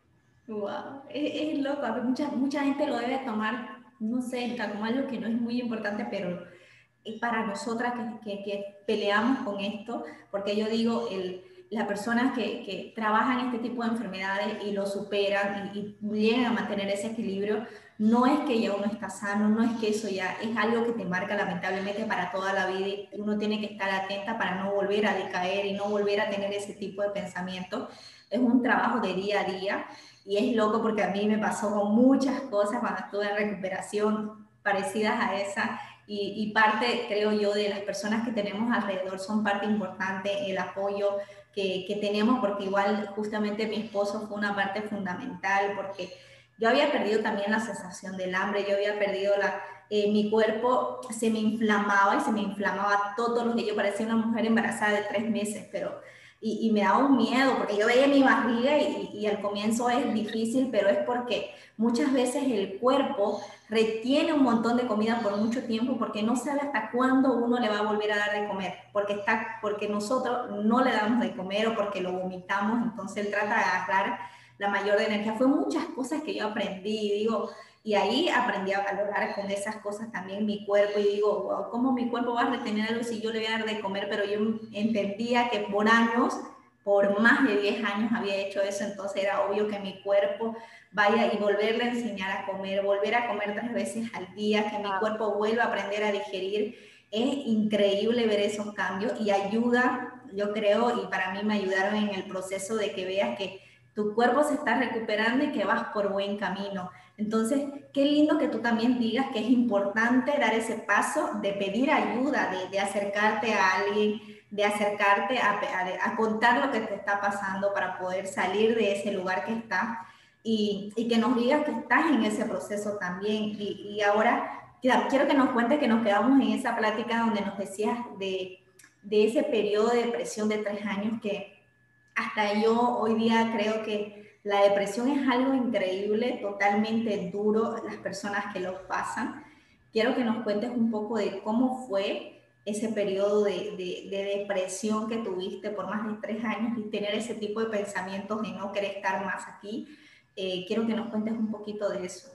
Wow, es, es loco, a ver, mucha, mucha gente lo debe tomar, no sé, como algo que no es muy importante, pero es para nosotras que, que, que peleamos con esto, porque yo digo, el, las personas que, que trabajan este tipo de enfermedades y lo superan y, y llegan a mantener ese equilibrio, no es que ya uno está sano, no es que eso ya es algo que te marca lamentablemente para toda la vida y uno tiene que estar atenta para no volver a decaer y no volver a tener ese tipo de pensamientos. Es un trabajo de día a día y es loco porque a mí me pasó con muchas cosas cuando estuve en recuperación parecidas a esa y, y parte, creo yo, de las personas que tenemos alrededor son parte importante, el apoyo que, que tenemos, porque igual justamente mi esposo fue una parte fundamental, porque yo había perdido también la sensación del hambre, yo había perdido la, eh, mi cuerpo se me inflamaba y se me inflamaba todos los días, yo parecía una mujer embarazada de tres meses, pero y, y, me daba un miedo porque yo veía mi barriga y, y, al comienzo es difícil, pero es porque muchas veces el cuerpo retiene un montón de comida por mucho tiempo porque no sabe hasta cuándo uno le va a volver a dar de comer, porque, está, porque nosotros no le damos de comer o porque lo vomitamos, entonces él trata de agarrar la mayor de energía. Fue muchas cosas que yo aprendí, digo, y ahí aprendí a valorar con esas cosas también mi cuerpo y digo, wow, ¿cómo mi cuerpo va a retener algo si yo le voy a dar de comer? Pero yo entendía que por años, por más de diez años había hecho eso, entonces era obvio que mi cuerpo vaya y volverle a enseñar a comer, volver a comer tres veces al día, que mi Ah, cuerpo vuelva a aprender a digerir. Es increíble ver esos cambios y ayuda, yo creo, y para mí me ayudaron en el proceso de que veas que tu cuerpo se está recuperando y que vas por buen camino. Entonces, qué lindo que tú también digas que es importante dar ese paso de pedir ayuda, de, de acercarte a alguien, de acercarte a, a, a, contar lo que te está pasando para poder salir de ese lugar que estás y, y que nos digas que estás en ese proceso también. Y, y ahora quiero que nos cuentes que nos quedamos en esa plática donde nos decías de, de ese periodo de depresión de tres años que hasta yo hoy día creo que la depresión es algo increíble, totalmente duro las personas que lo pasan. Quiero que nos cuentes un poco de cómo fue ese periodo de, de, de depresión que tuviste por más de tres años y tener ese tipo de pensamientos de no querer estar más aquí. Eh, quiero que nos cuentes un poquito de eso.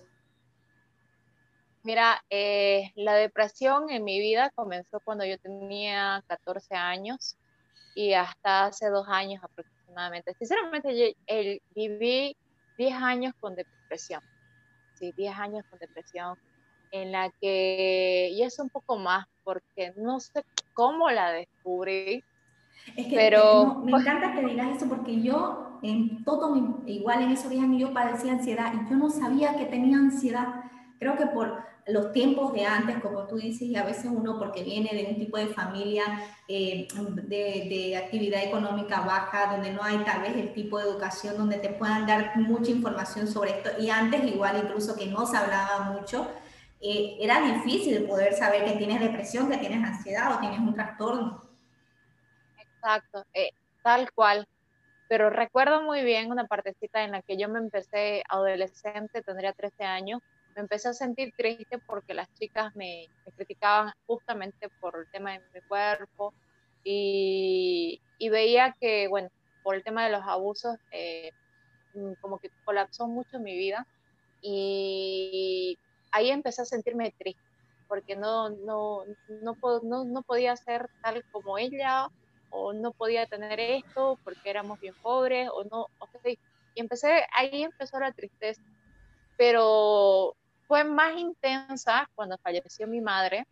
mira, eh, la depresión en mi vida comenzó cuando yo tenía catorce años y hasta hace dos años aproximadamente. Sinceramente, yo, el, viví diez años con depresión, sí, diez años con depresión, en la que, y es un poco más, porque no sé cómo la descubrí, Es que eh, pero no, me encanta que digas eso porque yo, en todo, mi, igual en esos diez años, yo padecía ansiedad y yo no sabía que tenía ansiedad. creo que por los tiempos de antes, como tú dices, y a veces uno porque viene de un tipo de familia eh, de, de actividad económica baja, donde no hay tal vez el tipo de educación donde te puedan dar mucha información sobre esto, y antes igual incluso que no se hablaba mucho, eh, era difícil poder saber que tienes depresión, que tienes ansiedad o tienes un trastorno. Exacto, eh, tal cual. Pero recuerdo muy bien una partecita en la que yo me empecé adolescente, tendría trece años, me empecé a sentir triste porque las chicas me, me criticaban justamente por el tema de mi cuerpo y, y veía que, bueno, por el tema de los abusos, eh, mm, como que colapsó mucho mi vida y ahí empecé a sentirme triste porque no, no, no, po- no, no podía ser tal como ella o no podía tener esto porque éramos bien pobres o no, o sea, y empecé, ahí empezó la tristeza, pero fue más intensa cuando falleció mi madre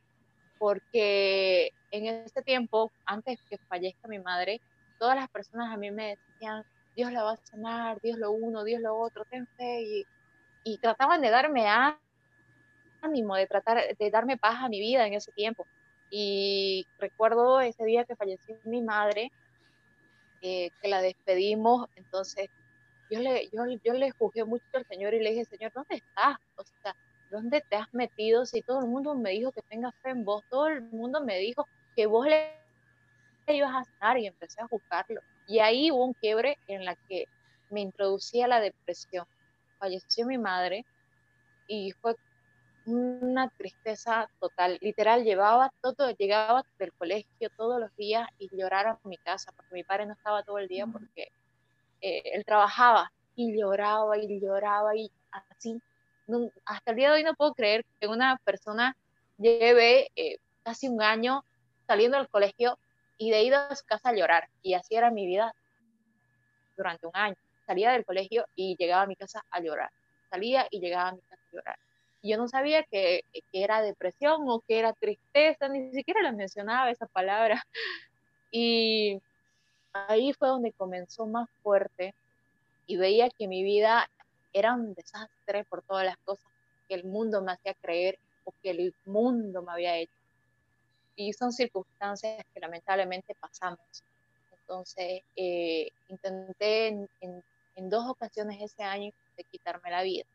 porque en ese tiempo, antes que fallezca mi madre, todas las personas a mí me decían, Dios la va a sanar, Dios lo uno, Dios lo otro, ten fe, y, y trataban de darme ánimo, de tratar de darme paz a mi vida en ese tiempo. Y recuerdo ese día que falleció mi madre, eh, que la despedimos, entonces yo le, yo, yo le juzgué mucho al Señor y le dije, Señor, ¿dónde estás? O sea, ¿dónde te has metido? Si todo el mundo me dijo que tengas fe en vos, todo el mundo me dijo que vos le ibas a sanar y empecé a juzgarlo. Y ahí hubo un quiebre en la que me introducí a la depresión. Falleció mi madre y fue una tristeza total. Literal, llevaba todo, llegaba del colegio todos los días y llorar a mi casa, porque mi padre no estaba todo el día porque eh, él trabajaba y lloraba y lloraba y así. No, hasta el día de hoy no puedo creer que una persona lleve eh, casi un año saliendo del colegio y de ir a su casa a llorar. Y así era mi vida durante un año. Salía del colegio y llegaba a mi casa a llorar. Salía y llegaba a mi casa a llorar. Y yo no sabía que, que era depresión o que era tristeza, ni siquiera le mencionaba esa palabra. Y ahí fue donde comenzó más fuerte y veía que mi vida era un desastre por todas las cosas que el mundo me hacía creer o que el mundo me había hecho. Y son circunstancias que lamentablemente pasamos. Entonces, eh, intenté en, en, en, dos ocasiones ese año de quitarme la vida.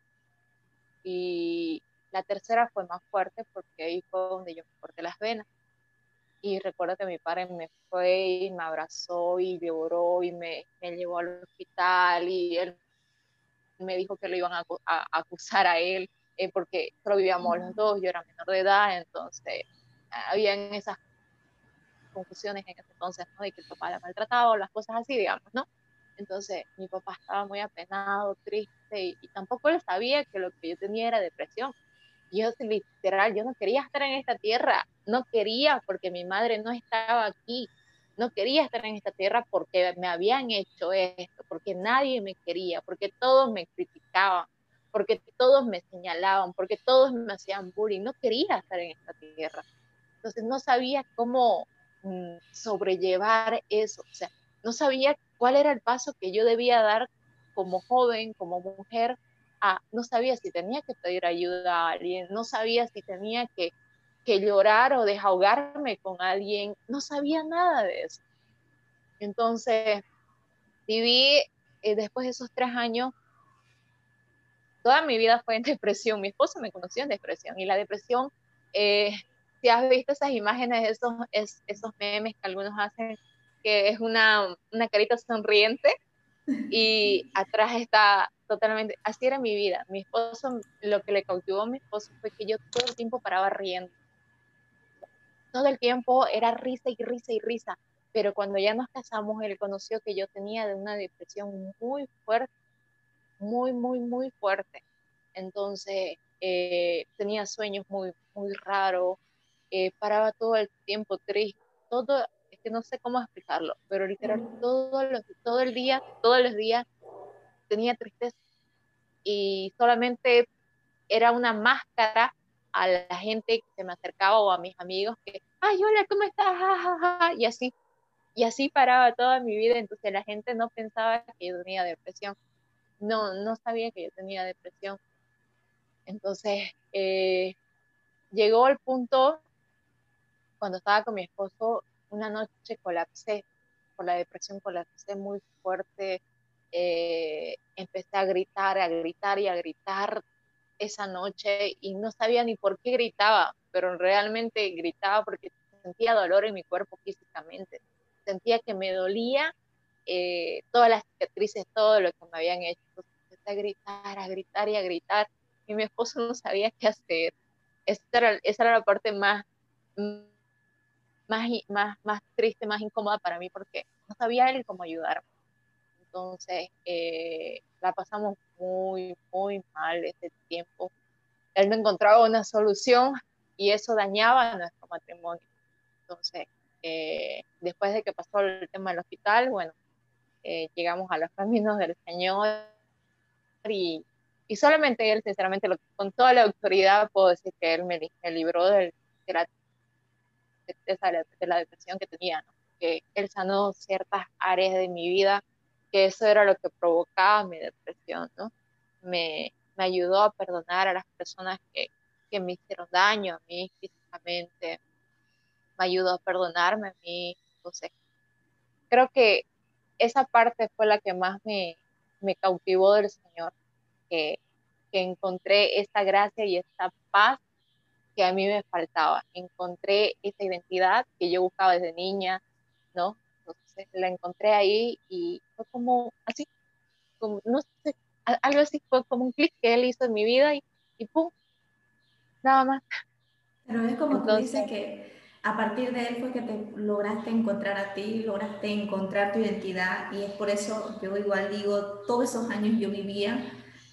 Y la tercera fue más fuerte porque ahí fue donde yo me corté las venas. Y recuerdo que mi padre me fue y me abrazó y lloró y me, me llevó al hospital y él me dijo que lo iban a, a, a acusar a él eh, porque solo vivíamos los dos, yo era menor de edad, entonces habían esas confusiones en ese entonces, ¿no? De que el papá la maltrataba o las cosas así, digamos, ¿no? Entonces mi papá estaba muy apenado, triste y, y tampoco él sabía que lo que yo tenía era depresión. Yo literal, yo no quería estar en esta tierra, no quería porque mi madre no estaba aquí, no quería estar en esta tierra porque me habían hecho esto, porque nadie me quería, porque todos me criticaban, porque todos me señalaban, porque todos me hacían bullying, no quería estar en esta tierra. Entonces no sabía cómo mm, sobrellevar eso, o sea, no sabía cuál era el paso que yo debía dar como joven, como mujer, a, no sabía si tenía que pedir ayuda a alguien, no sabía si tenía que, que llorar o desahogarme con alguien, no sabía nada de eso. Entonces, viví eh, después de esos tres años, toda mi vida fue en depresión, mi esposo me conoció en depresión y la depresión, eh, si has visto esas imágenes, esos, es, esos memes que algunos hacen, que es una, una carita sonriente y atrás está totalmente, así era mi vida. Mi esposo, lo que le cautivó a mi esposo fue que yo todo el tiempo paraba riendo. Todo el tiempo era risa y risa y risa. Pero cuando ya nos casamos, él conoció que yo tenía de una depresión muy fuerte, muy, muy, muy fuerte. Entonces, eh, tenía sueños muy, muy raros, eh, paraba todo el tiempo triste, todo, es que no sé cómo explicarlo, pero literal, todo, los, todo el día, todos los días tenía tristeza y solamente era una máscara a la gente que se me acercaba o a mis amigos que, ay, hola, ¿cómo estás? Ja, ja, ja. Y así, y así paraba toda mi vida, entonces la gente no pensaba que yo tenía depresión, no, no sabía que yo tenía depresión. Entonces, eh, llegó el punto cuando estaba con mi esposo, una noche colapsé, por la depresión colapsé muy fuerte, eh, empecé a gritar, a gritar y a gritar esa noche y no sabía ni por qué gritaba, pero realmente gritaba porque sentía dolor en mi cuerpo físicamente, sentía que me dolía eh, todas las cicatrices, todo lo que me habían hecho. Entonces empecé a gritar, a gritar y a gritar y mi esposo no sabía qué hacer. Esa era, esa era la parte más, más, más, más triste, más incómoda para mí porque no sabía él cómo ayudarme. Entonces, eh, la pasamos muy, muy mal ese tiempo. Él no encontraba una solución y eso dañaba nuestro matrimonio. Entonces, eh, después de que pasó el tema del hospital, bueno, eh, llegamos a los caminos del Señor y, y solamente Él, sinceramente, lo, con toda la autoridad puedo decir que Él me, me libró del, de, la, de, esa, de la depresión que tenía, ¿no? Que Él sanó ciertas áreas de mi vida, que eso era lo que provocaba mi depresión, ¿no? Me, me ayudó a perdonar a las personas que, que me hicieron daño a mí físicamente, me ayudó a perdonarme a mí. Entonces, creo que esa parte fue la que más me, me cautivó del Señor, que, que encontré esa gracia y esa paz que a mí me faltaba. Encontré esa identidad que yo buscaba desde niña, ¿no? Entonces la encontré ahí y fue como así, como, no sé, algo así fue como un clic que él hizo en mi vida y, y pum, nada más. Pero es como tú Entonces, dices que a partir de él fue que te lograste encontrar a ti, lograste encontrar tu identidad y es por eso yo igual digo, todos esos años yo vivía,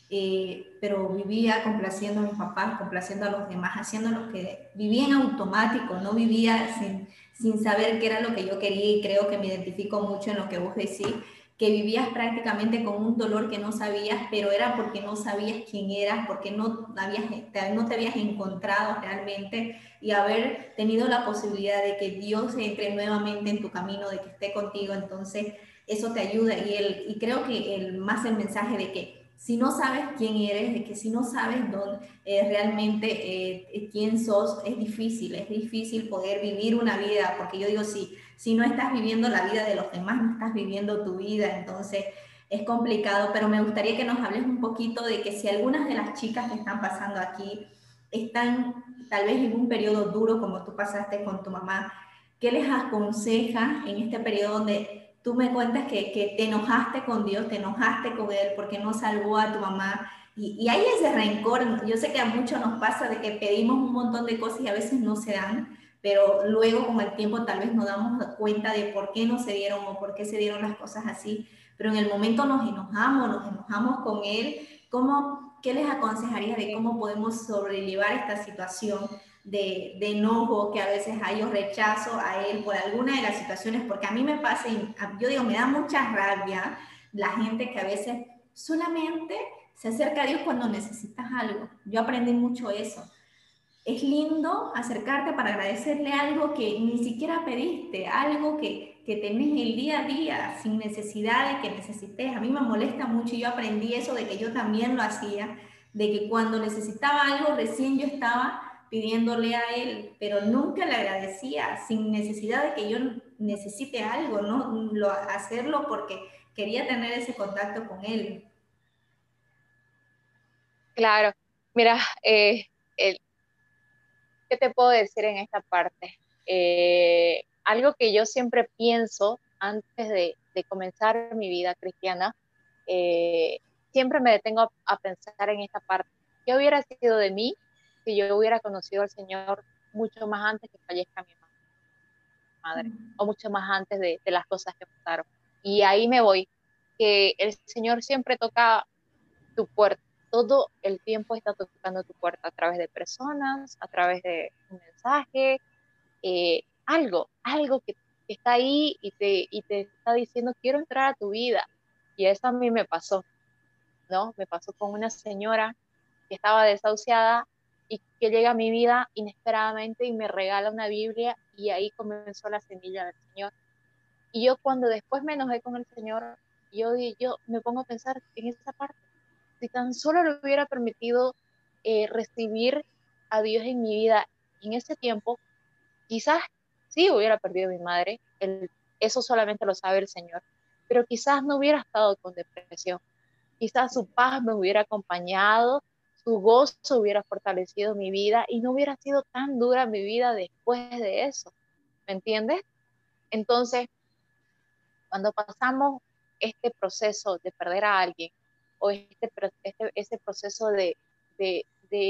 eh, pero vivía complaciendo a mis papás, complaciendo a los demás, haciendo lo que vivía en automático, no vivía sin, sin saber qué era lo que yo quería y creo que me identifico mucho en lo que vos decís, que vivías prácticamente con un dolor que no sabías, pero era porque no sabías quién eras, porque no, habías, no te habías encontrado realmente y haber tenido la posibilidad de que Dios entre nuevamente en tu camino, de que esté contigo, entonces eso te ayuda y, el, y creo que el, más el mensaje de que si no sabes quién eres, de que si no sabes dónde, eh, realmente eh, quién sos, es difícil, es difícil poder vivir una vida, porque yo digo, si, si no estás viviendo la vida de los demás, no estás viviendo tu vida, entonces es complicado, pero me gustaría que nos hables un poquito de que si algunas de las chicas que están pasando aquí están tal vez en un periodo duro como tú pasaste con tu mamá, ¿qué les aconsejas en este periodo donde tú me cuentas que, que te enojaste con Dios, te enojaste con Él porque no salvó a tu mamá? Y, y hay ese rencor, yo sé que a muchos nos pasa de que pedimos un montón de cosas y a veces no se dan, pero luego con el tiempo tal vez nos damos cuenta de por qué no se dieron o por qué se dieron las cosas así, pero en el momento nos enojamos, nos enojamos con Él. ¿Cómo, qué les aconsejarías de cómo podemos sobrellevar esta situación de, de enojo que a veces hay o rechazo a Él por alguna de las situaciones? Porque a mí me pasa, y yo digo, me da mucha rabia la gente que a veces solamente se acerca a Dios cuando necesitas algo. Yo aprendí mucho eso. Es lindo acercarte para agradecerle algo que ni siquiera pediste, algo que, que tenés el día a día sin necesidad de que necesites. A mí me molesta mucho y yo aprendí eso de que yo también lo hacía, de que cuando necesitaba algo recién yo estaba pidiéndole a él, pero nunca le agradecía sin necesidad de que yo necesite algo, ¿no? Lo, hacerlo porque quería tener ese contacto con él. claro, mira, eh, el, ¿qué te puedo decir en esta parte? Eh, algo que yo siempre pienso antes de, de comenzar mi vida cristiana, eh, siempre me detengo a, a, pensar en esta parte. ¿Qué hubiera sido de mí si yo hubiera conocido al Señor mucho más antes que fallezca mi madre o mucho más antes de, de las cosas que pasaron? Y ahí me voy, que el Señor siempre toca tu puerta, todo el tiempo está tocando tu puerta a través de personas, a través de un mensaje, eh, algo, algo que, que está ahí y te, y te está diciendo, quiero entrar a tu vida. Y eso a mí me pasó, ¿no? Me pasó con una señora que estaba desahuciada y que llega a mi vida inesperadamente y me regala una Biblia y ahí comenzó la semilla del Señor. Y yo cuando después me enojé con el Señor, yo, yo me pongo a pensar en esa parte. Si tan solo le hubiera permitido eh, recibir a Dios en mi vida en ese tiempo, quizás sí hubiera perdido a mi madre, el, eso solamente lo sabe el Señor, pero quizás no hubiera estado con depresión, quizás su paz me hubiera acompañado, su gozo hubiera fortalecido mi vida y no hubiera sido tan dura mi vida después de eso, ¿me entiendes? Entonces, cuando pasamos este proceso de perder a alguien o este, este, este proceso de, de,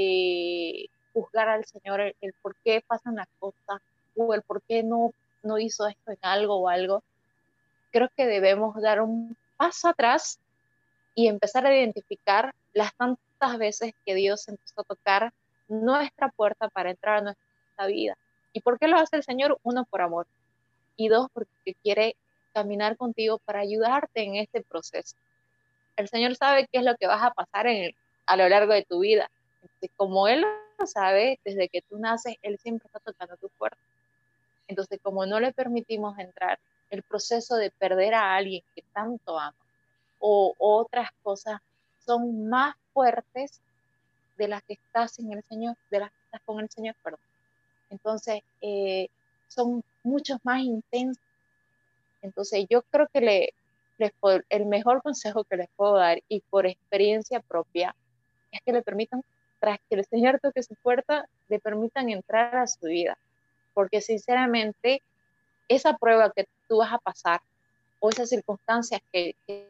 de juzgar al Señor, el, el por qué pasan las cosas o el por qué no, no hizo esto en algo o algo, creo que debemos dar un paso atrás y empezar a identificar las tantas veces que Dios empezó a tocar nuestra puerta para entrar a nuestra vida. ¿Y por qué lo hace el Señor? Uno, por amor, y dos, porque quiere caminar contigo para ayudarte en este proceso. El Señor sabe qué es lo que vas a pasar en el, a lo largo de tu vida. Entonces, como Él lo sabe, desde que tú naces, Él siempre está tocando tu puerta. Entonces, como no le permitimos entrar, el proceso de perder a alguien que tanto ama o, o otras cosas son más fuertes de las que estás en el Señor, de las que estás con el Señor, perdón. Entonces, eh, son muchos más intensos. Entonces, yo creo que le, les puedo, el mejor consejo que les puedo dar, y por experiencia propia, es que le permitan, tras que el Señor toque su puerta, le permitan entrar a su vida. Porque sinceramente, esa prueba que tú vas a pasar, o esas circunstancias que, que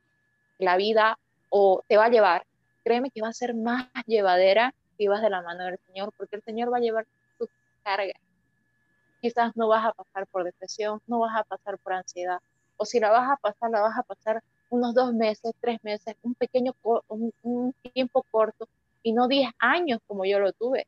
la vida o te va a llevar, créeme que va a ser más llevadera si vas de la mano del Señor, porque el Señor va a llevar tus cargas. Quizás no vas a pasar por depresión, no vas a pasar por ansiedad, o si la vas a pasar, la vas a pasar unos dos meses, tres meses, un pequeño, un, un tiempo corto, y no diez años como yo lo tuve,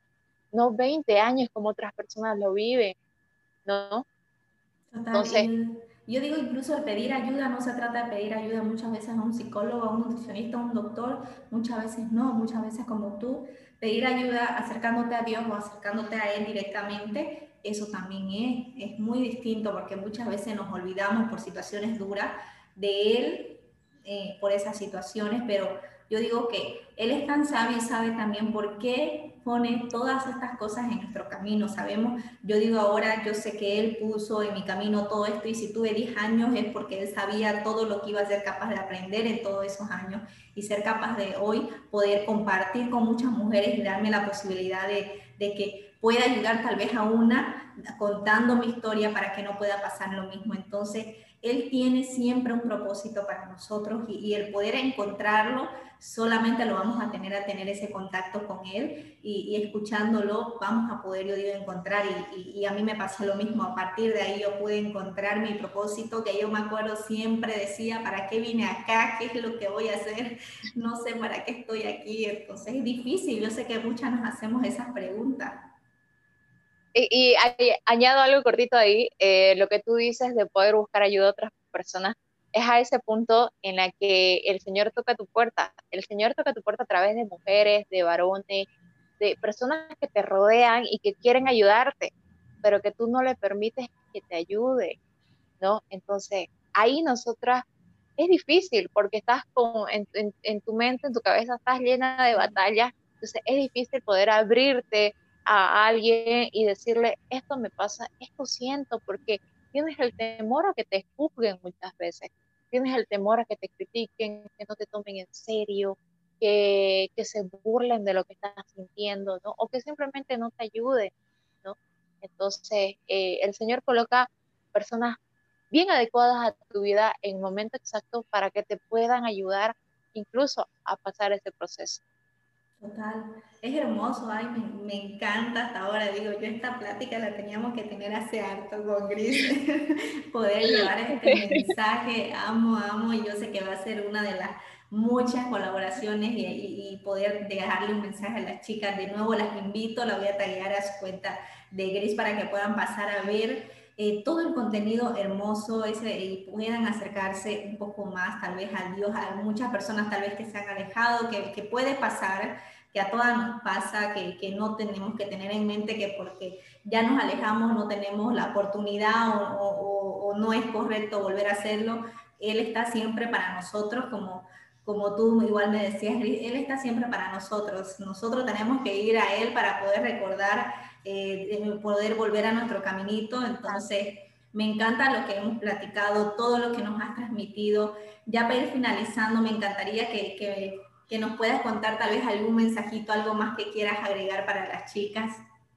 no veinte años como otras personas lo viven, ¿no? Total, y Entonces, el- yo digo incluso el pedir ayuda, no se trata de pedir ayuda muchas veces a un psicólogo, a un nutricionista, a un doctor, muchas veces no, muchas veces como tú, pedir ayuda acercándote a Dios o acercándote a Él directamente, eso también es, es muy distinto porque muchas veces nos olvidamos por situaciones duras de Él, eh, por esas situaciones, pero yo digo que Él es tan sabio y sabe también por qué pone todas estas cosas en nuestro camino, sabemos. Yo digo ahora, yo sé que Él puso en mi camino todo esto y si tuve diez años es porque Él sabía todo lo que iba a ser capaz de aprender en todos esos años y ser capaz de hoy poder compartir con muchas mujeres y darme la posibilidad de, de que pueda ayudar tal vez a una contando mi historia para que no pueda pasar lo mismo. Entonces, Él tiene siempre un propósito para nosotros y, y el poder encontrarlo solamente lo vamos a tener a tener ese contacto con Él y, y escuchándolo vamos a poder, yo digo, encontrar y, y, y a mí me pasó lo mismo, a partir de ahí yo pude encontrar mi propósito, que yo me acuerdo siempre decía, ¿para qué vine acá? ¿Qué es lo que voy a hacer? No sé para qué estoy aquí, entonces es difícil, yo sé que muchas nos hacemos esas preguntas. y, y añado algo cortito ahí, eh, lo que tú dices de poder buscar ayuda a otras personas, es a ese punto en la que el Señor toca tu puerta. El Señor toca tu puerta a través de mujeres, de varones, de personas que te rodean y que quieren ayudarte, pero que tú no le permites que te ayude, ¿no? Entonces, ahí nosotras es difícil porque estás con, en, en, en tu mente, en tu cabeza, estás llena de batallas, entonces es difícil poder abrirte a alguien y decirle, esto me pasa, esto siento, porque tienes el temor a que te juzguen muchas veces, tienes el temor a que te critiquen, que no te tomen en serio, que, que se burlen de lo que estás sintiendo, ¿no? O que simplemente no te ayuden, ¿no? Entonces, eh, el Señor coloca personas bien adecuadas a tu vida en el momento exacto para que te puedan ayudar incluso a pasar ese proceso. Total, es hermoso, ay, me, me encanta hasta ahora, digo, yo esta plática la teníamos que tener hace harto con Gris, poder llevar este mensaje, amo, amo, y yo sé que va a ser una de las muchas colaboraciones y, y, y poder dejarle un mensaje a las chicas, de nuevo las invito, la voy a taggear a su cuenta de Gris para que puedan pasar a ver eh, todo el contenido hermoso ese, y puedan acercarse un poco más tal vez a Dios, a muchas personas tal vez que se han alejado, que, que puede pasar, que a todas nos pasa, que, que no tenemos que tener en mente que porque ya nos alejamos no tenemos la oportunidad o, o, o no es correcto volver a hacerlo. Él está siempre para nosotros como, como tú igual me decías, Él está siempre para nosotros. Nosotros tenemos que ir a Él para poder recordar, eh, poder volver a nuestro caminito. Entonces, me encanta lo que hemos platicado, todo lo que nos has transmitido. Ya para ir finalizando, me encantaría que, que, que nos puedas contar tal vez algún mensajito, algo más que quieras agregar para las chicas.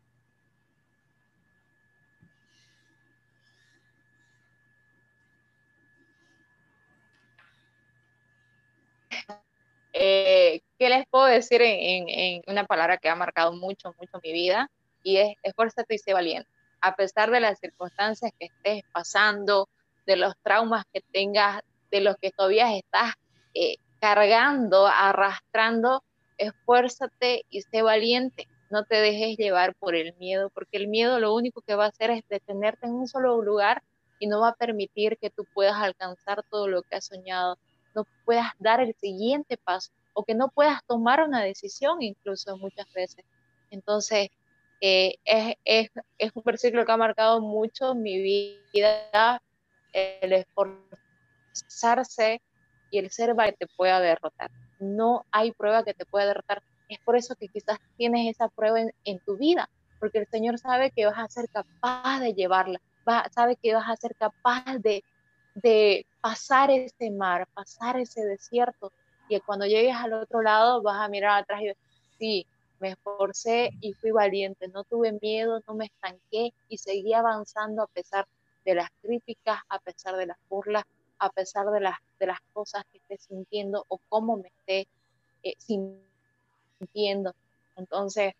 Eh, ¿qué les puedo decir en, en, en una palabra que ha marcado mucho, mucho mi vida? Y es esfuérzate y sé valiente. A pesar de las circunstancias que estés pasando, de los traumas que tengas, de los que todavía estás eh, cargando, arrastrando, esfuérzate y sé valiente. No te dejes llevar por el miedo, porque el miedo lo único que va a hacer es detenerte en un solo lugar y no va a permitir que tú puedas alcanzar todo lo que has soñado, no puedas dar el siguiente paso o que no puedas tomar una decisión incluso muchas veces. Entonces, eh, es, es, es un versículo que ha marcado mucho mi vida, el esforzarse y el ser valiente que te pueda derrotar. No hay prueba que te pueda derrotar. Es por eso que quizás tienes esa prueba en, en tu vida, porque el Señor sabe que vas a ser capaz de llevarla, va, sabe que vas a ser capaz de, de pasar ese mar, pasar ese desierto, y cuando llegues al otro lado vas a mirar atrás y decir, sí, me esforcé y fui valiente, no tuve miedo, no me estanqué y seguí avanzando a pesar de las críticas, a pesar de las burlas, a pesar de las, de las cosas que esté sintiendo o cómo me esté eh, sintiendo. Entonces,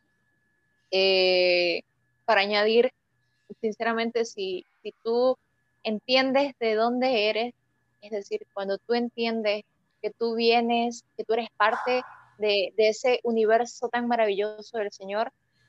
eh, para añadir, sinceramente, si, si tú entiendes de dónde eres, es decir, cuando tú entiendes que tú vienes, que tú eres parte de, de ese universo tan maravilloso del Señor,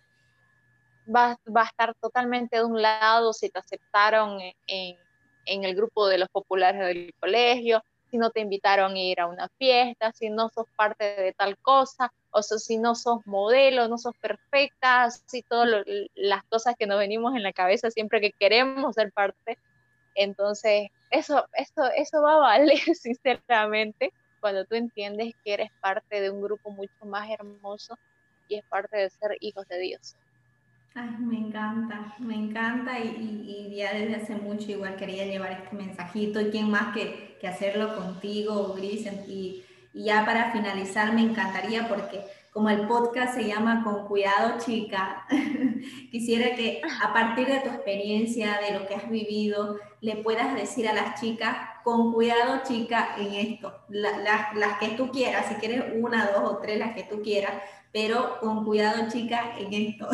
va, va a estar totalmente de un lado si te aceptaron en, en el grupo de los populares del colegio, si no te invitaron a ir a una fiesta, si no sos parte de tal cosa, o sea, si no sos modelo, no sos perfecta, así todas las cosas que nos venimos en la cabeza siempre que queremos ser parte. Entonces, eso, eso, eso va a valer sinceramente cuando tú entiendes que eres parte de un grupo mucho más hermoso y es parte de ser hijos de Dios. Ay, me encanta, me encanta y, y, y ya desde hace mucho igual quería llevar este mensajito y quién más que, que hacerlo contigo, Gris. Y, y ya para finalizar me encantaría porque como el podcast se llama Con Cuidado Chica, quisiera que a partir de tu experiencia, de lo que has vivido, le puedas decir a las chicas, con cuidado chica en esto, la, la, las que tú quieras, si quieres una, dos o tres, las que tú quieras, pero con cuidado chica en esto.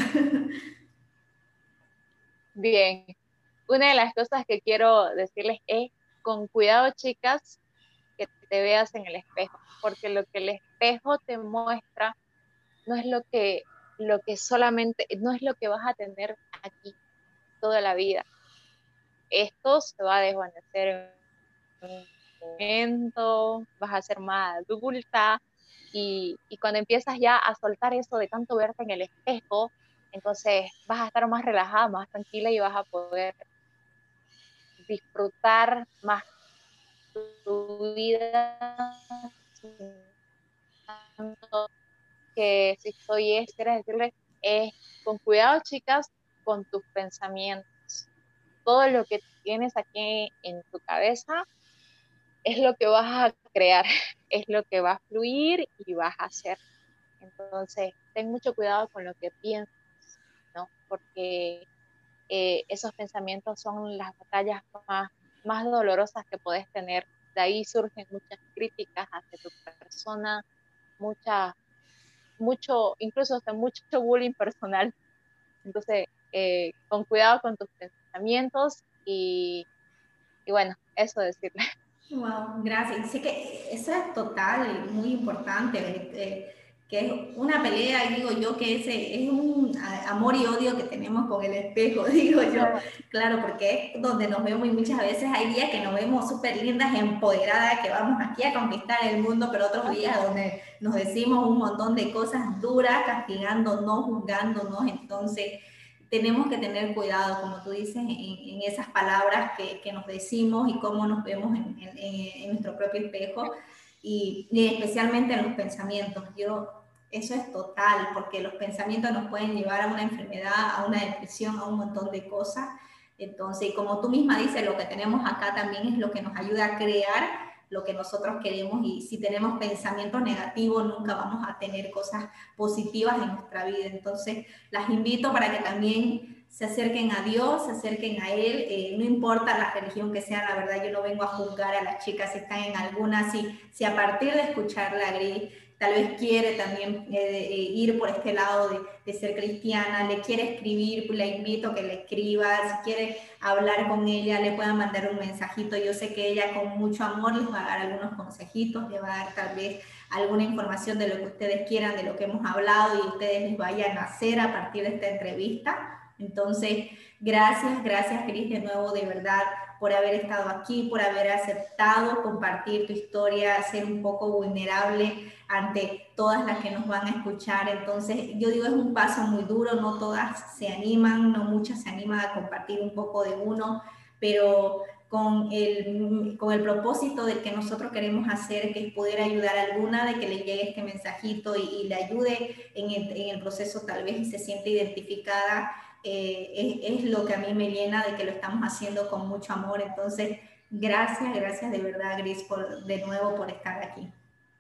Bien, una de las cosas que quiero decirles es, con cuidado, chicas, que te veas en el espejo, porque lo que el espejo te muestra no es lo que, lo que solamente, no es lo que vas a tener aquí toda la vida. Esto se va a desvanecer en un momento, vas a ser más adulta, y, y cuando empiezas ya a soltar eso de tanto verte en el espejo, entonces vas a estar más relajada, más tranquila y vas a poder disfrutar más tu vida, que si soy es, quieres decirles, es con cuidado, chicas, con tus pensamientos. Todo lo que tienes aquí en tu cabeza es lo que vas a crear, es lo que va a fluir y vas a hacer. Entonces, ten mucho cuidado con lo que piensas, ¿no? Porque eh, esos pensamientos son las batallas más, más dolorosas que puedes tener. De ahí surgen muchas críticas hacia tu persona, mucha, mucho, incluso hasta mucho bullying personal. Entonces, eh, con cuidado con tus pensamientos y, y bueno, eso decirle. Wow, gracias. Sí que eso es total y muy importante, eh, que es una pelea, digo yo, que ese es un amor y odio que tenemos con el espejo, digo yo, claro, porque es donde nos vemos y muchas veces hay días que nos vemos súper lindas, empoderadas, que vamos aquí a conquistar el mundo, pero otros días donde nos decimos un montón de cosas duras, castigándonos, juzgándonos, entonces tenemos que tener cuidado, como tú dices, en, en esas palabras que, que, nos decimos y cómo nos vemos en, en, en, nuestro propio espejo. y, y especialmente en los pensamientos. Yo, eso es total, porque los pensamientos nos pueden llevar a una enfermedad, a una depresión, a un montón de cosas. Entonces, como tú misma dices, lo que tenemos acá también es lo que nos ayuda a crear lo que nosotros queremos, y si tenemos pensamientos negativos nunca vamos a tener cosas positivas en nuestra vida. Entonces, las invito para que también se acerquen a Dios, se acerquen a Él, eh, no importa la religión que sea, la verdad yo no vengo a juzgar a las chicas si están en alguna, si, si a partir de escuchar la Gris tal vez quiere también eh, eh, ir por este lado de, de ser cristiana, le quiere escribir, pues la invito a que le escriba, si quiere hablar con ella, le puedan mandar un mensajito. Yo sé que ella con mucho amor les va a dar algunos consejitos, le va a dar tal vez alguna información de lo que ustedes quieran, de lo que hemos hablado, y ustedes les vayan a hacer a partir de esta entrevista. Entonces, gracias, gracias Cris de nuevo, de verdad, por haber estado aquí, por haber aceptado compartir tu historia, ser un poco vulnerable ante todas las que nos van a escuchar. Entonces, yo digo, es un paso muy duro, no todas se animan, no muchas se animan a compartir un poco de uno, pero con el, con el propósito de que nosotros queremos hacer, que es poder ayudar a alguna, de que le llegue este mensajito y, y le ayude en el, en el proceso tal vez y se siente identificada. Eh, es, es lo que a mí me llena de que lo estamos haciendo con mucho amor. Entonces, gracias, gracias de verdad, Gris, por, de nuevo por estar aquí.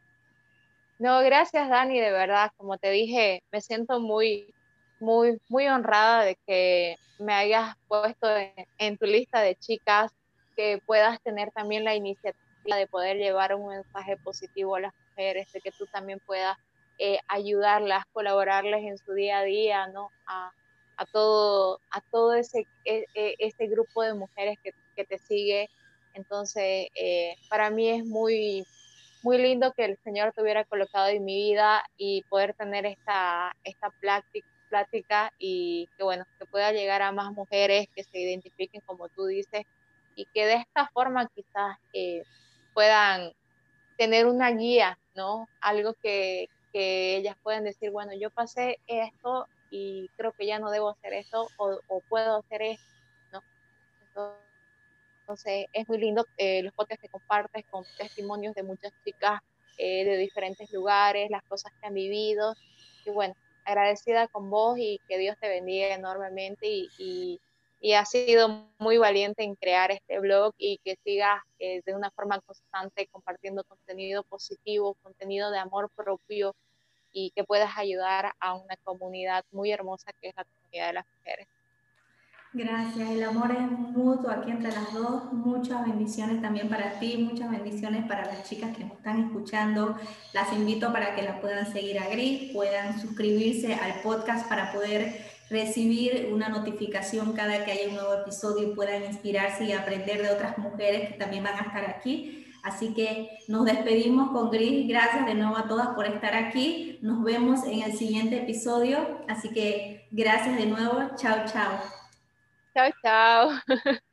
No, gracias Dani, de verdad, como te dije, me siento muy, muy, muy honrada de que me hayas puesto en, en tu lista de chicas, que puedas tener también la iniciativa de poder llevar un mensaje positivo a las mujeres, de que tú también puedas eh, ayudarlas, colaborarles en su día a día, ¿no? A, a todo, a todo ese, e, e, ese grupo de mujeres que, que te sigue. Entonces, eh, para mí es muy muy lindo que el Señor te hubiera colocado en mi vida y poder tener esta, esta plática, plática y que bueno, que pueda llegar a más mujeres que se identifiquen como tú dices y que de esta forma quizás eh, puedan tener una guía, ¿no? Algo que, que ellas puedan decir, bueno, yo pasé esto y creo que ya no debo hacer esto o, o puedo hacer esto, ¿no? Entonces, entonces, es muy lindo eh, los podcasts que compartes con testimonios de muchas chicas eh, de diferentes lugares, las cosas que han vivido. Y bueno, agradecida con vos y que Dios te bendiga enormemente y, y, y has sido muy valiente en crear este blog y que sigas eh, de una forma constante compartiendo contenido positivo, contenido de amor propio y que puedas ayudar a una comunidad muy hermosa que es la comunidad de las mujeres. Gracias, el amor es mutuo aquí entre las dos. Muchas bendiciones también para ti, muchas bendiciones para las chicas que nos están escuchando. Las invito para que la puedan seguir a Gris, puedan suscribirse al podcast para poder recibir una notificación cada que haya un nuevo episodio y puedan inspirarse y aprender de otras mujeres que también van a estar aquí. Así que nos despedimos con Gris. Gracias de nuevo a todas por estar aquí. Nos vemos en el siguiente episodio. Así que gracias de nuevo. Chao, chao. Chao, chao.